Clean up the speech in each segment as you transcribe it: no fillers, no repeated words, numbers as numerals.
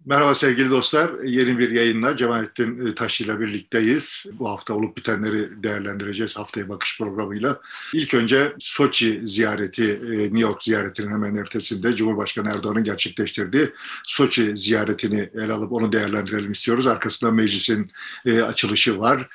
Merhaba sevgili dostlar. Yeni bir yayınla Cemalettin Taşçı ile birlikteyiz. Bu hafta olup bitenleri değerlendireceğiz Haftaya Bakış programıyla. İlk önce Soçi ziyareti, New York ziyaretinin hemen ertesinde Cumhurbaşkanı Erdoğan'ın gerçekleştirdiği Soçi ziyaretini ele alıp onu değerlendirelim istiyoruz. Arkasında meclisin açılışı var.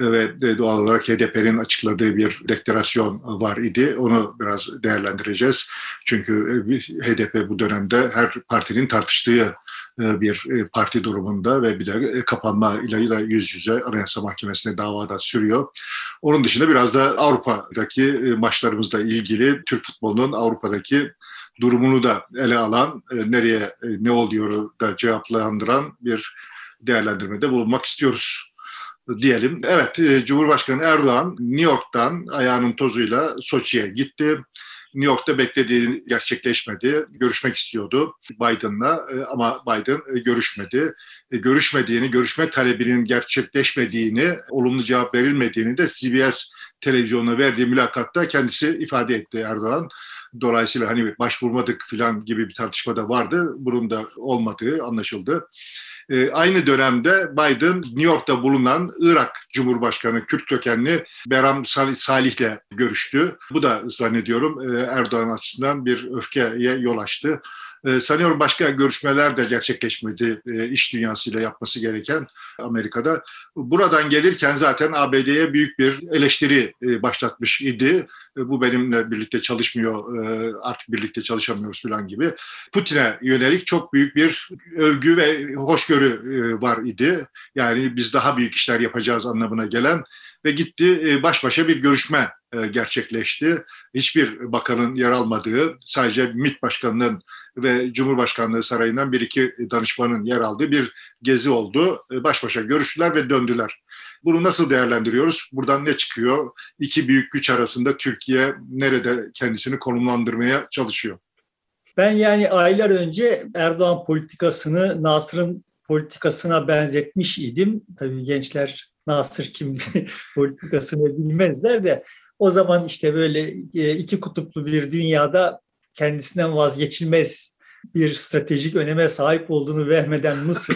Ve doğal olarak HDP'nin açıkladığı bir deklarasyon var idi. Onu biraz değerlendireceğiz. Çünkü HDP bu dönemde her partinin tartıştığı bir parti durumunda ve bir de kapanma ile yüz yüze Anayasa Mahkemesi'ne davada sürüyor. Onun dışında biraz da Avrupa'daki maçlarımızla ilgili Türk futbolunun Avrupa'daki durumunu da ele alan, nereye ne oluyor da cevaplandıran bir değerlendirmede bulunmak istiyoruz diyelim. Evet, Cumhurbaşkanı Erdoğan New York'tan ayağının tozuyla Soçi'ye gitti. New York'ta beklediği gerçekleşmedi. Görüşmek istiyordu Biden'la ama Biden görüşmedi. Görüşme talebinin gerçekleşmediğini, olumlu cevap verilmediğini de CBS televizyonuna verdiği mülakatta kendisi ifade etti Erdoğan. Dolayısıyla hani başvurmadık falan gibi bir tartışma da vardı. Bunun da olmadığı anlaşıldı. Aynı dönemde Biden New York'ta bulunan Irak Cumhurbaşkanı Kürt kökenli Behram Salih'le görüştü. Bu da zannediyorum Erdoğan açısından bir öfkeye yol açtı. Sanıyorum başka görüşmeler de gerçekleşmedi iş dünyasıyla yapması gereken Amerika'da. Buradan gelirken zaten ABD'ye büyük bir eleştiri başlatmış idi. Bu benimle birlikte çalışmıyor, artık birlikte çalışamıyoruz falan gibi. Putin'e yönelik çok büyük bir övgü ve hoşgörü var idi. Yani biz daha büyük işler yapacağız anlamına gelen ve gitti baş başa bir görüşme gerçekleşti. Hiçbir bakanın yer almadığı, sadece MİT Başkanı'nın ve Cumhurbaşkanlığı Sarayı'ndan bir iki danışmanın yer aldığı bir gezi oldu. Baş başa görüştüler ve döndüler. Bunu nasıl değerlendiriyoruz? Buradan ne çıkıyor? İki büyük güç arasında Türkiye nerede kendisini konumlandırmaya çalışıyor? Ben yani aylar önce Erdoğan politikasını Nasır'ın politikasına benzetmiş idim. Tabii gençler Nasır kim politikasını bilmezler de o zaman işte böyle iki kutuplu bir dünyada kendisinden vazgeçilmez bir stratejik öneme sahip olduğunu vehmeden Mısır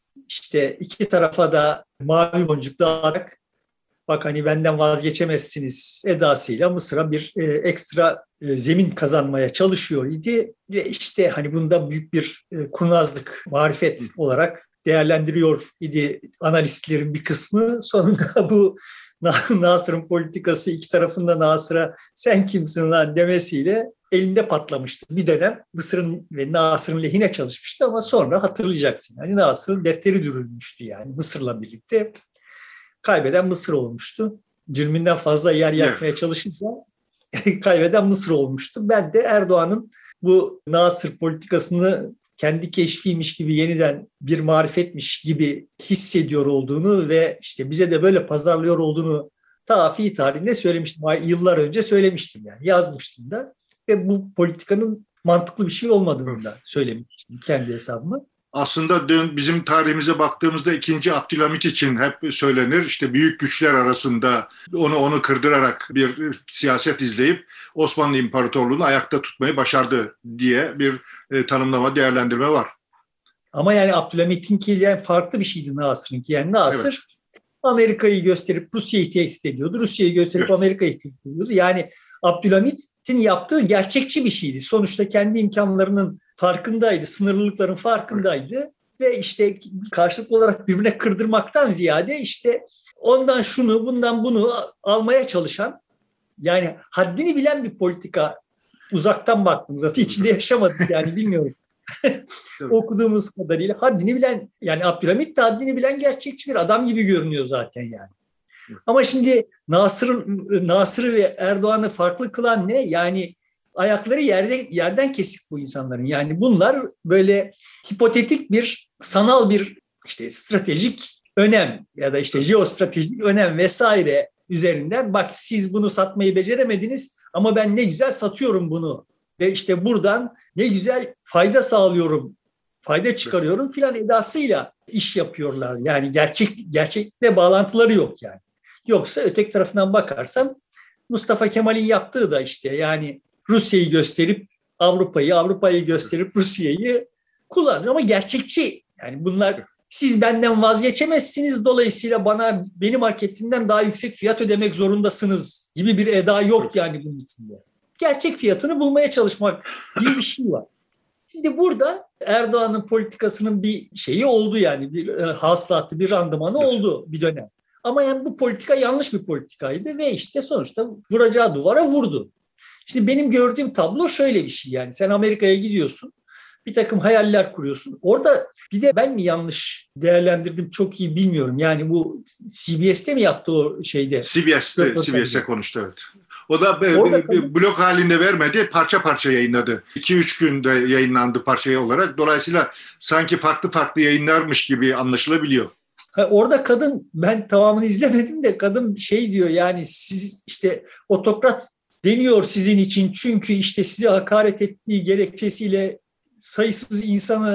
işte iki tarafa da mavi boncuk dağıtarak bak hani benden vazgeçemezsiniz edasıyla Mısır'a bir ekstra zemin kazanmaya çalışıyor idi. Ve işte hani bunda büyük bir kurnazlık, marifet olarak değerlendiriyor idi analistlerin bir kısmı. Sonunda bu Nasır'ın politikası iki tarafında Nasır'a sen kimsin lan demesiyle elinde patlamıştı. Bir dönem Mısır'ın ve Nasır'ın lehine çalışmıştı ama sonra hatırlayacaksın. Yani Nasır'ın defteri dürülmüştü yani Mısır'la birlikte. Kaybeden Mısır olmuştu. Cürmünden fazla yer yakmaya çalışınca kaybeden Mısır olmuştu. Ben de Erdoğan'ın bu Nasır politikasını kendi keşfiymiş gibi yeniden bir marifetmiş gibi hissediyor olduğunu ve işte bize de böyle pazarlıyor olduğunu fi tarihinde söylemiştim. Yıllar önce söylemiştim yani yazmıştım da ve bu politikanın mantıklı bir şey olmadığını da söylemiştim kendi hesabıma. Aslında bizim tarihimize baktığımızda 2. Abdülhamit için hep söylenir. İşte büyük güçler arasında onu kırdırarak bir siyaset izleyip Osmanlı İmparatorluğu'nu ayakta tutmayı başardı diye bir tanımlama, değerlendirme var. Ama yani Abdülhamit'inkiyle farklı bir şeydi Nasır'ınki. Yani Nasır evet, Amerika'yı gösterip Rusya'yı tehdit ediyordu. Rusya'yı gösterip evet, Amerika'yı tehdit ediyordu. Yani Abdülhamit'in yaptığı gerçekçi bir şeydi. Sonuçta kendi imkanlarının farkındaydı, sınırlılıkların farkındaydı ve işte karşılıklı olarak birbirine kırdırmaktan ziyade işte ondan şunu, bundan bunu almaya çalışan, yani haddini bilen bir politika. Uzaktan baktım zaten içinde yaşamadık yani bilmiyorum. Okuduğumuz kadarıyla haddini bilen, yani Abdülhamit de haddini bilen gerçekçidir. Adam gibi görünüyor zaten yani. Ama şimdi Nasır'ı ve Erdoğan'ı farklı kılan ne? Yani ayakları yerden kesik bu insanların. Yani bunlar böyle hipotetik bir, sanal bir işte stratejik önem ya da işte jeostratejik önem vesaire üzerinden bak siz bunu satmayı beceremediniz ama ben ne güzel satıyorum bunu ve işte buradan ne güzel fayda sağlıyorum, fayda çıkarıyorum filan edasıyla iş yapıyorlar. Yani gerçekle bağlantıları yok yani. Yoksa öteki tarafından bakarsan Mustafa Kemal'in yaptığı da işte yani Rusya'yı gösterip Avrupa'yı gösterip Rusya'yı kullanır ama gerçekçi. Yani bunlar siz benden vazgeçemezsiniz, dolayısıyla bana benim hak ettiğimden daha yüksek fiyat ödemek zorundasınız gibi bir eda yok yani bunun içinde. Gerçek fiyatını bulmaya çalışmak gibi bir şey var. Şimdi burada Erdoğan'ın politikasının bir şeyi oldu yani bir hasılatı, bir randımanı oldu bir dönem. Ama yani bu politika yanlış bir politikaydı ve işte sonuçta vuracağı duvara vurdu. Şimdi benim gördüğüm tablo şöyle bir şey yani sen Amerika'ya gidiyorsun, bir takım hayaller kuruyorsun. Orada bir de ben mi yanlış değerlendirdim çok iyi bilmiyorum. Yani bu CBS'te mi yaptı o şeyde? CBS'e konuştu evet. O da blok halinde vermedi, parça parça yayınladı. 2-3 günde yayınlandı parçaya olarak. Dolayısıyla sanki farklı farklı yayınlarmış gibi anlaşılabiliyor. Orada kadın, ben tamamını izlemedim de kadın şey diyor yani siz işte otokrat deniyor sizin için çünkü işte size hakaret ettiği gerekçesiyle sayısız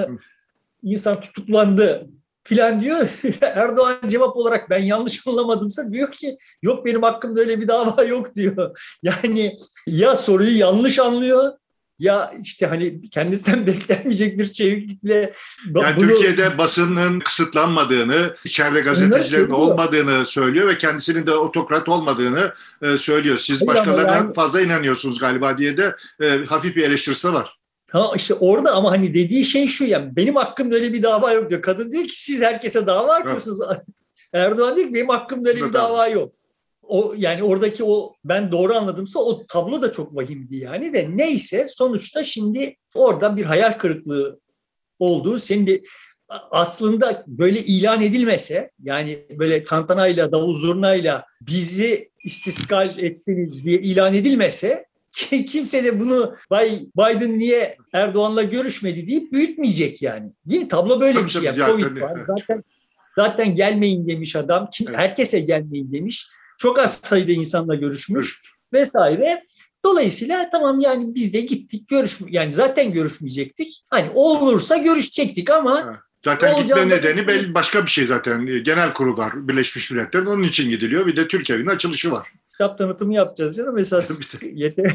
insan tutuklandı filan diyor. Erdoğan cevap olarak ben yanlış anlamadımsa diyor ki yok benim hakkımda öyle bir dava yok diyor. Yani ya soruyu yanlış anlıyor ya işte hani kendisinden beklenmeyecek bir çeviklikle. Yani bunu, Türkiye'de basının kısıtlanmadığını, içeride gazetecilerin olmadığını söylüyor ve kendisinin de otokrat olmadığını söylüyor. Siz başkalarına yani, fazla inanıyorsunuz galiba diye de hafif bir eleştirisi var. Ha işte orada ama hani dediği şey şu yani benim hakkımda öyle bir dava yok diyor. Kadın diyor ki siz herkese dava açıyorsunuz. Evet. Erdoğan diyor ki benim hakkımda öyle bir dava yok. O yani oradaki o ben doğru anladımsa o tablo da çok vahimdi yani de neyse sonuçta şimdi orada bir hayal kırıklığı olduğu senin de aslında böyle ilan edilmese yani böyle tantanayla davul zurnayla bizi istisgal ettiniz diye ilan edilmese kimse de bunu Biden niye Erdoğan'la görüşmedi deyip büyütmeyecek yani. Değil mi? Tablo böyle bir şey. Yani Covid var. Zaten gelmeyin demiş adam. Herkese gelmeyin demiş. Çok az sayıda insanla görüşmüş vesaire. Dolayısıyla tamam yani biz de gittik yani zaten görüşmeyecektik. Hani olursa görüşecektik ama zaten gitme nedeni başka bir şey zaten. Genel kurul var Birleşmiş Milletler'in onun için gidiliyor. Bir de Türkiye'nin açılışı var. Kitap tanıtımı yapacağız canım esas yeter.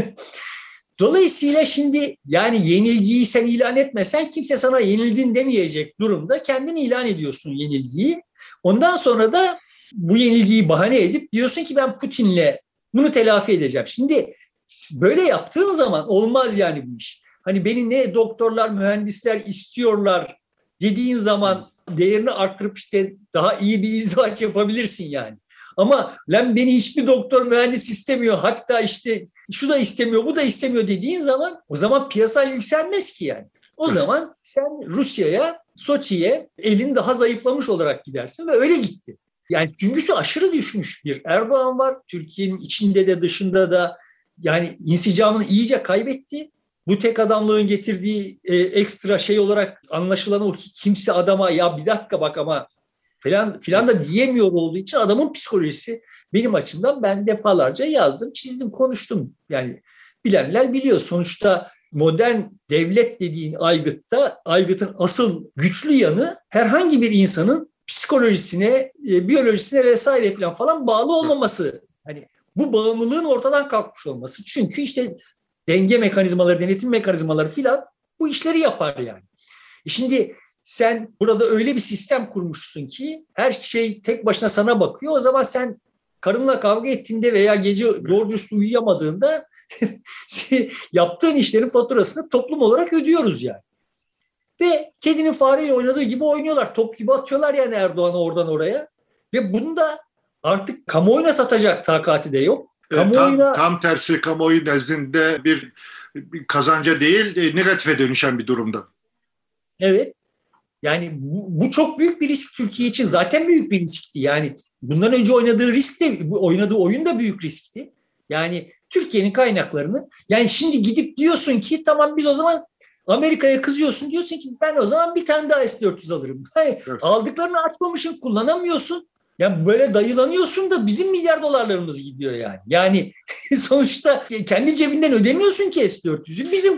Dolayısıyla şimdi yani yenilgiyi sen ilan etmesen kimse sana yenildin demeyecek durumda kendin ilan ediyorsun yenilgiyi. Ondan sonra da bu yenilgiyi bahane edip diyorsun ki ben Putin'le bunu telafi edeceğim. Şimdi böyle yaptığın zaman olmaz yani bu iş. Hani beni ne doktorlar, mühendisler istiyorlar dediğin zaman değerini arttırıp işte daha iyi bir izdivaç yapabilirsin yani. Ama lan beni hiçbir doktor, mühendis istemiyor. Hatta işte şu da istemiyor, bu da istemiyor dediğin zaman o zaman piyasa yükselmez ki yani. O zaman sen Rusya'ya, Soçi'ye elin daha zayıflamış olarak gidersin ve öyle gitti. Yani çünkü aşırı düşmüş bir Erdoğan var. Türkiye'nin içinde de dışında da yani insicamını iyice kaybetti. Bu tek adamlığın getirdiği ekstra şey olarak anlaşılan o ki kimse adama ya bir dakika bak ama filan da diyemiyor olduğu için adamın psikolojisi benim açımdan ben defalarca yazdım, çizdim, konuştum. Yani bilenler biliyor. Sonuçta modern devlet dediğin aygıtın asıl güçlü yanı herhangi bir insanın psikolojisine, biyolojisine vesaire falan bağlı olmaması. Hani bu bağımlılığın ortadan kalkmış olması. Çünkü işte denge mekanizmaları, denetim mekanizmaları filan bu işleri yapar yani. Şimdi sen burada öyle bir sistem kurmuşsun ki her şey tek başına sana bakıyor. O zaman sen karınla kavga ettiğinde veya gece doğru dürüst uyuyamadığında yaptığın işlerin faturasını toplum olarak ödüyoruz yani. Ve kedinin fareyle oynadığı gibi oynuyorlar. Top gibi atıyorlar yani Erdoğan'ı oradan oraya. Ve bunu da artık kamuoyuna satacak takati de yok. Tam tersi kamuoyu nezdinde bir kazanca değil negatife dönüşen bir durumda. Evet. Yani bu çok büyük bir risk Türkiye için. Zaten büyük bir riskti. Yani bundan önce oynadığı oyun da büyük riskti. Yani Türkiye'nin kaynaklarını yani şimdi gidip diyorsun ki tamam biz o zaman Amerika'ya kızıyorsun diyorsun ki ben o zaman bir tane daha S-400 alırım. Hayır, evet. Aldıklarını açmamışsın kullanamıyorsun. Yani böyle dayılanıyorsun da bizim milyar dolarlarımız gidiyor yani. Yani sonuçta kendi cebinden ödemiyorsun ki S-400'ü bizim.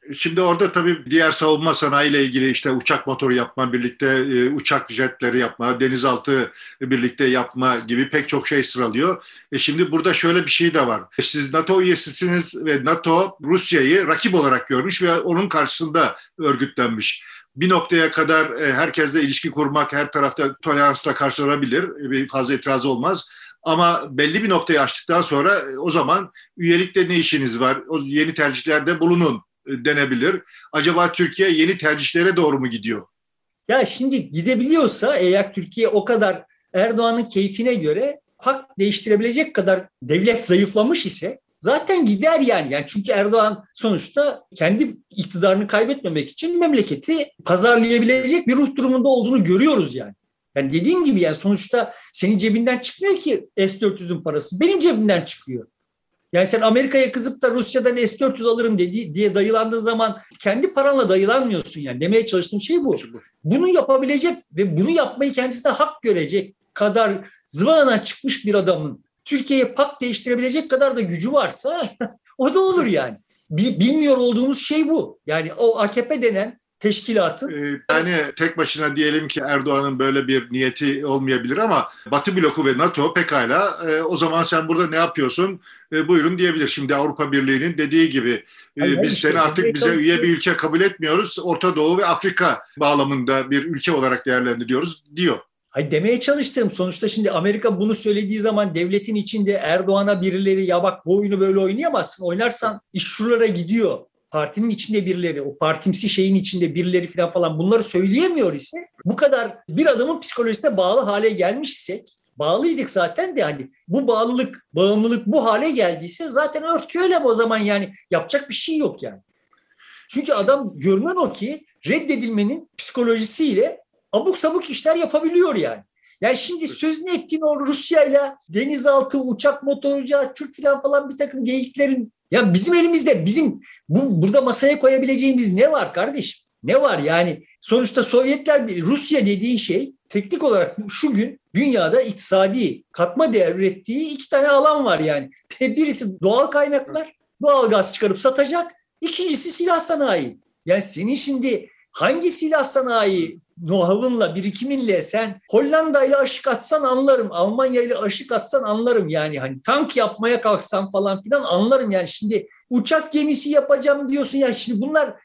Şimdi orada tabii diğer savunma sanayiyle ilgili işte uçak motoru yapma, birlikte uçak jetleri yapma, denizaltı birlikte yapma gibi pek çok şey sıralıyor. Şimdi burada şöyle bir şey de var. Siz NATO üyesisiniz ve NATO Rusya'yı rakip olarak görmüş ve onun karşısında örgütlenmiş. Bir noktaya kadar herkesle ilişki kurmak her tarafta toleransla karşılanabilir. Bir fazla itiraz olmaz. Ama belli bir noktayı aştıktan sonra o zaman üyelikte ne işiniz var? O yeni tercihlerde bulunun denebilir. Acaba Türkiye yeni tercihlere doğru mu gidiyor? Ya şimdi gidebiliyorsa eğer Türkiye o kadar Erdoğan'ın keyfine göre hak değiştirebilecek kadar devlet zayıflamış ise zaten gider yani. Yani çünkü Erdoğan sonuçta kendi iktidarını kaybetmemek için memleketi pazarlayabilecek bir ruh durumunda olduğunu görüyoruz yani. Yani dediğim gibi yani sonuçta senin cebinden çıkmıyor ki S-400'ün parası. Benim cebimden çıkıyor. Yani sen Amerika'ya kızıp da Rusya'dan S-400 alırım diye dayılandığın zaman kendi paranla dayılanmıyorsun yani. Demeye çalıştığım şey bu. Bunu yapabilecek ve bunu yapmayı kendisine hak görecek kadar zıvanadan çıkmış bir adamın Türkiye'ye pak değiştirebilecek kadar da gücü varsa o da olur yani. Bilmiyor olduğumuz şey bu. Yani o AKP denen teşkilatın... Yani tek başına diyelim ki Erdoğan'ın böyle bir niyeti olmayabilir ama Batı bloku ve NATO pekala o zaman sen burada ne yapıyorsun? Buyurun diyebilir. Şimdi Avrupa Birliği'nin dediği gibi biz işte, seni artık bize üye bir ülke kabul etmiyoruz. Orta Doğu ve Afrika bağlamında bir ülke olarak değerlendiriyoruz diyor. Hayır, demeye çalıştığım sonuçta şimdi Amerika bunu söylediği zaman devletin içinde Erdoğan'a birileri ya bak bu oyunu böyle oynayamazsın. Oynarsan iş şuralara gidiyor. Partinin içinde birileri, o partimsi şeyin içinde birileri falan bunları söyleyemiyor ise bu kadar bir adamın psikolojisine bağlı hale gelmiş isek, bağlıydık zaten de hani bu bağımlılık bu hale geldiyse zaten örtüyor o zaman yani yapacak bir şey yok yani. Çünkü adam görünen o ki reddedilmenin psikolojisiyle abuk sabuk işler yapabiliyor yani. Yani şimdi sözünü ettiğin o Rusya'yla denizaltı, uçak motorcu, Türk falan bir takım geyiklerin ya bizim elimizde burada masaya koyabileceğimiz ne var kardeşim? Ne var yani? Sonuçta Sovyetler, Rusya dediğin şey teknik olarak şu gün dünyada iktisadi katma değer ürettiği 2 tane alan var yani. Birisi doğal kaynaklar, doğal gaz çıkarıp satacak. İkincisi silah sanayi. Yani senin şimdi hangi silah sanayi know-how'ınla, birikiminle sen Hollanda'yla aşık atsan anlarım, Almanya'yla aşık atsan anlarım yani. Hani tank yapmaya kalksan falan filan anlarım yani. Şimdi uçak gemisi yapacağım diyorsun ya. Şimdi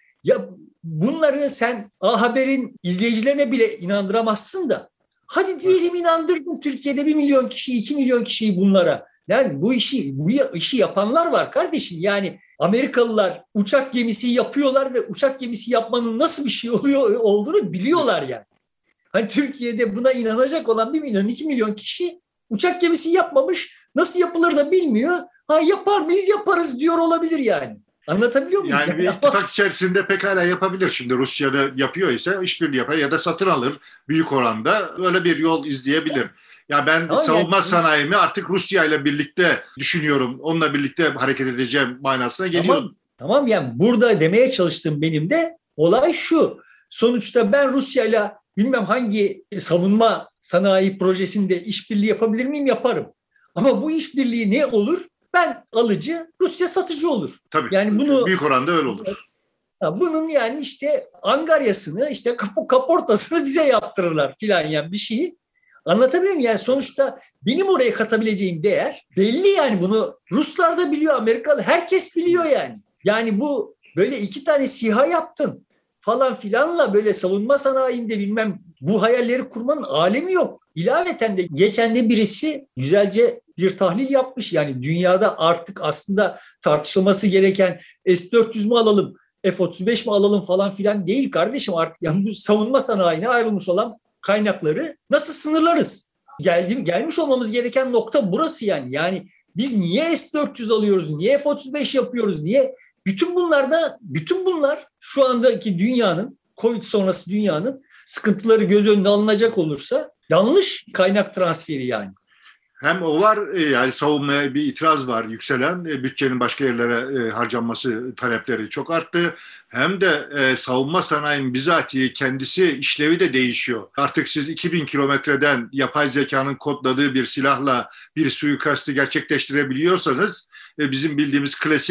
bunları sen A Haber'in izleyicilerine bile inandıramazsın da. Hadi diyelim inandırdın Türkiye'de 1 milyon kişi, 2 milyon kişiyi bunlara. Yani bu işi yapanlar var kardeşim. Yani Amerikalılar uçak gemisi yapıyorlar ve uçak gemisi yapmanın nasıl bir şey olduğunu biliyorlar yani. Hani Türkiye'de buna inanacak olan 1 milyon 2 milyon kişi uçak gemisi yapmamış, nasıl yapılır da bilmiyor. Ha yapar mıyız? Yaparız diyor olabilir yani. Anlatabiliyor muyum? Yani bir ittifak içerisinde pekala yapabilir. Şimdi Rusya'da yapıyor ise işbirliği yapar ya da satın alır büyük oranda. Öyle bir yol izleyebilir. Ya ben savunma sanayimi artık Rusya ile birlikte düşünüyorum. Onunla birlikte hareket edeceğim manasına geliyor. Tamam yani burada demeye çalıştığım benim de olay şu. Sonuçta ben Rusya ile bilmem hangi savunma sanayi projesinde işbirliği yapabilir miyim? Yaparım. Ama bu işbirliği ne olur? Ben alıcı, Rusya satıcı olur. Tabii. Yani bunu büyük oranda öyle olur. Bunun yani işte angaryasını, işte kaportasını bize yaptırırlar filan yani bir şeyi. Anlatabiliyor muyum? Yani sonuçta benim oraya katabileceğim değer belli yani bunu Ruslar da biliyor, Amerikalı herkes biliyor yani. Yani bu böyle 2 tane SİHA yaptın falan filanla böyle savunma sanayinde bilmem bu hayalleri kurmanın alemi yok. İlaveten de geçen de birisi güzelce bir tahlil yapmış. Yani dünyada artık aslında tartışılması gereken S-400 mü alalım, F-35 mi alalım falan filan değil kardeşim artık. Yani bu savunma sanayine ayrılmış olan kaynakları nasıl sınırlarız? Gelmiş olmamız gereken nokta burası yani. Yani biz niye S-400 alıyoruz? Niye F-35 yapıyoruz? Niye? Bütün bunlar şu andaki dünyanın, Covid sonrası dünyanın sıkıntıları göz önüne alınacak olursa yanlış kaynak transferi yani. Hem o var yani savunmaya bir itiraz var yükselen bütçenin başka yerlere harcanması talepleri çok arttı. Hem de savunma sanayinin bizatihi kendisi işlevi de değişiyor. Artık siz 2000 kilometreden yapay zekanın kodladığı bir silahla bir suikastı gerçekleştirebiliyorsanız bizim bildiğimiz klasik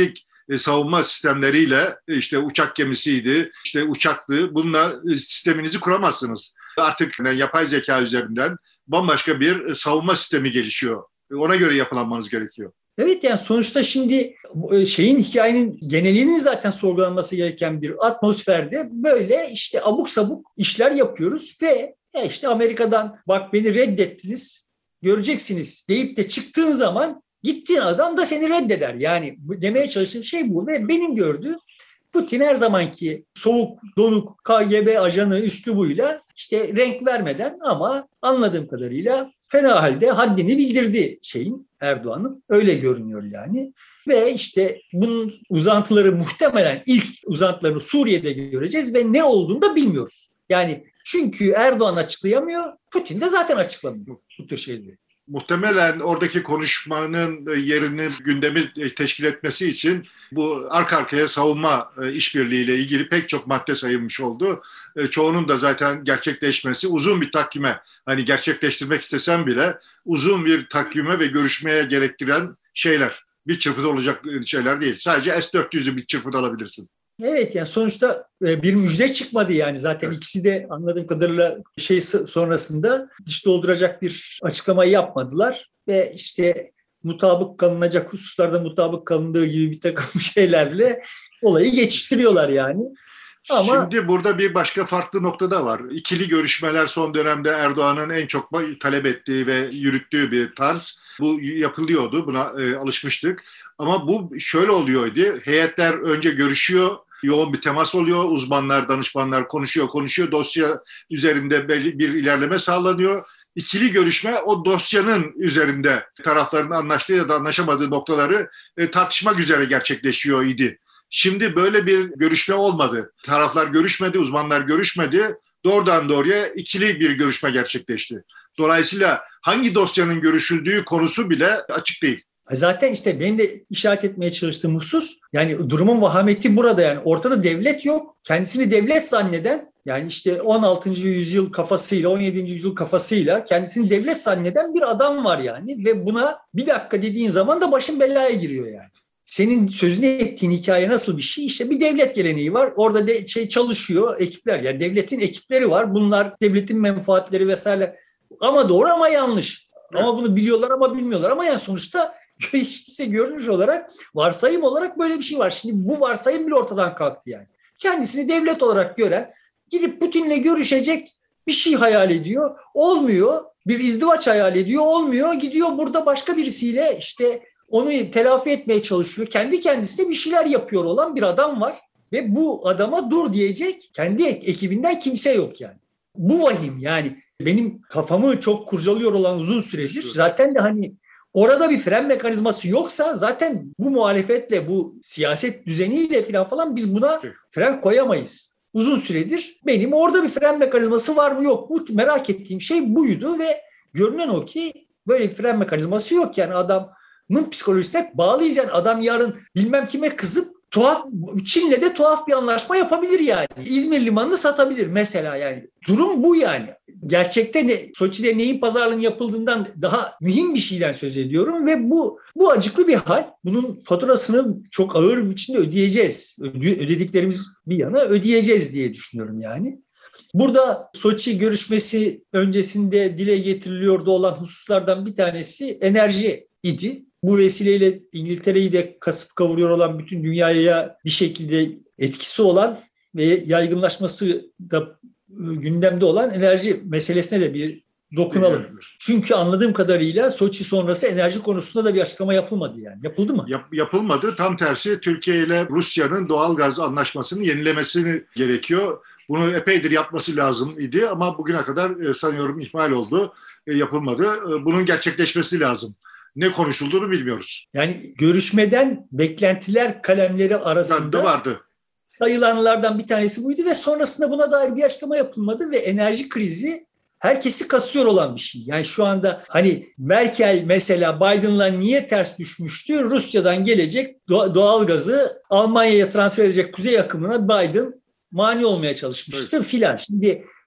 savunma sistemleriyle işte uçak gemisiydi, işte uçaktı. Bununla sisteminizi kuramazsınız. Artık yapay zeka üzerinden bambaşka bir savunma sistemi gelişiyor. Ona göre yapılanmanız gerekiyor. Evet, yani sonuçta şimdi hikayenin genelinin zaten sorgulanması gereken bir atmosferde böyle işte abuk sabuk işler yapıyoruz ve işte Amerika'dan bak beni reddettiniz, göreceksiniz deyip de çıktığın zaman gittiğin adam da seni reddeder. Yani demeye çalıştığım şey bu ve benim gördüğüm Putin her zamanki soğuk, donuk KGB ajanı üslubuyla işte renk vermeden ama anladığım kadarıyla fena halde haddini bildirdi Erdoğan'ın. Öyle görünüyor yani. Ve işte bunun uzantıları muhtemelen ilk uzantılarını Suriye'de göreceğiz ve ne olduğunu da bilmiyoruz. Yani çünkü Erdoğan açıklayamıyor, Putin de zaten açıklamıyor bu tür şeyleri. Muhtemelen oradaki konuşmanın yerini, gündemi teşkil etmesi için bu arka arkaya savunma işbirliğiyle ilgili pek çok madde sayılmış oldu. Çoğunun da zaten gerçekleşmesi uzun bir takvime, hani gerçekleştirmek istesem bile uzun bir takvime ve görüşmeye gerektiren şeyler. Bir çırpıda olacak şeyler değil. Sadece S-400'ü bir çırpıda alabilirsin. Evet, yani sonuçta bir müjde çıkmadı yani zaten ikisi de anladığım kadarıyla sonrasında diş dolduracak bir açıklamayı yapmadılar ve işte mutabık kalınacak hususlarda mutabık kalındığı gibi bir takım şeylerle olayı geçiştiriyorlar yani. Ama şimdi burada bir başka farklı nokta da var. İkili görüşmeler son dönemde Erdoğan'ın en çok talep ettiği ve yürüttüğü bir tarz. Bu yapılıyordu, buna alışmıştık. Ama bu şöyle oluyordu. Heyetler önce görüşüyor, yoğun bir temas oluyor. Uzmanlar, danışmanlar konuşuyor. Dosya üzerinde bir ilerleme sağlanıyor. İkili görüşme o dosyanın üzerinde tarafların anlaştığı ya da anlaşamadığı noktaları tartışmak üzere gerçekleşiyor idi. Şimdi böyle bir görüşme olmadı. Taraflar görüşmedi, uzmanlar görüşmedi. Doğrudan doğruya ikili bir görüşme gerçekleşti. Dolayısıyla hangi dosyanın görüşüldüğü konusu bile açık değil. Zaten işte benim de işaret etmeye çalıştığım husus yani durumun vahameti burada yani ortada devlet yok. Kendisini devlet zanneden yani işte 16. yüzyıl kafasıyla 17. yüzyıl kafasıyla kendisini devlet zanneden bir adam var yani ve buna bir dakika dediğin zaman da başın belaya giriyor yani. Senin sözünü ettiğin hikaye nasıl bir şey? İşte bir devlet geleneği var. Orada çalışıyor ekipler. Yani devletin ekipleri var. Bunlar devletin menfaatleri vesaire. Ama doğru ama yanlış. Evet. Ama bunu biliyorlar ama bilmiyorlar. Ama yani sonuçta işte görünüş olarak, varsayım olarak böyle bir şey var. Şimdi bu varsayım bile ortadan kalktı yani. Kendisini devlet olarak gören, gidip Putin'le görüşecek bir şey hayal ediyor. Olmuyor. Bir izdivaç hayal ediyor. Olmuyor. Gidiyor burada başka birisiyle işte onu telafi etmeye çalışıyor. Kendi kendisine bir şeyler yapıyor olan bir adam var. Ve bu adama dur diyecek kendi ekibinden kimse yok yani. Bu vahim yani. Benim kafamı çok kurcalıyor olan uzun süredir. Zaten de hani orada bir fren mekanizması yoksa zaten bu muhalefetle, bu siyaset düzeniyle falan biz buna fren koyamayız. Uzun süredir benim orada bir fren mekanizması var mı yok mu merak ettiğim şey buydu ve görünen o ki böyle bir fren mekanizması yok yani adamın psikolojisine bağlıyız yani adam yarın bilmem kime kızıp Çin'le de tuhaf bir anlaşma yapabilir yani. İzmir limanını satabilir mesela yani. Durum bu yani. Gerçekte Soçi'de neyin pazarlığının yapıldığından daha mühim bir şeyden söz ediyorum ve bu acıklı bir hal. Bunun faturasını çok ağır bir biçimde ödeyeceğiz. Ödediklerimiz bir yana ödeyeceğiz diye düşünüyorum yani. Burada Soçi görüşmesi öncesinde dile getiriliyordu olan hususlardan bir tanesi enerji idi. Bu vesileyle İngiltere'yi de kasıp kavuruyor olan bütün dünyaya bir şekilde etkisi olan ve yaygınlaşması da gündemde olan enerji meselesine de bir dokunalım. Çünkü anladığım kadarıyla Soçi sonrası enerji konusunda da bir açıklama yapılmadı yani. Yapıldı mı? Yapılmadı. Tam tersi Türkiye ile Rusya'nın doğal gaz anlaşmasını yenilemesini gerekiyor. Bunu epeydir yapması lazım idi ama bugüne kadar sanıyorum ihmal oldu. Yapılmadı. Bunun gerçekleşmesi lazım. Ne konuşulduğunu bilmiyoruz. Yani görüşmeden beklentiler kalemleri arasında vardı. Sayılanlardan bir tanesi buydu ve sonrasında buna dair bir açıklama yapılmadı ve enerji krizi herkesi kasıyor olan bir şey. Yani şu anda hani Merkel mesela Biden'la niye ters düşmüştü? Rusya'dan gelecek doğal gazı Almanya'ya transfer edecek kuzey akımına Biden mani olmaya çalışmıştı filan. Şimdi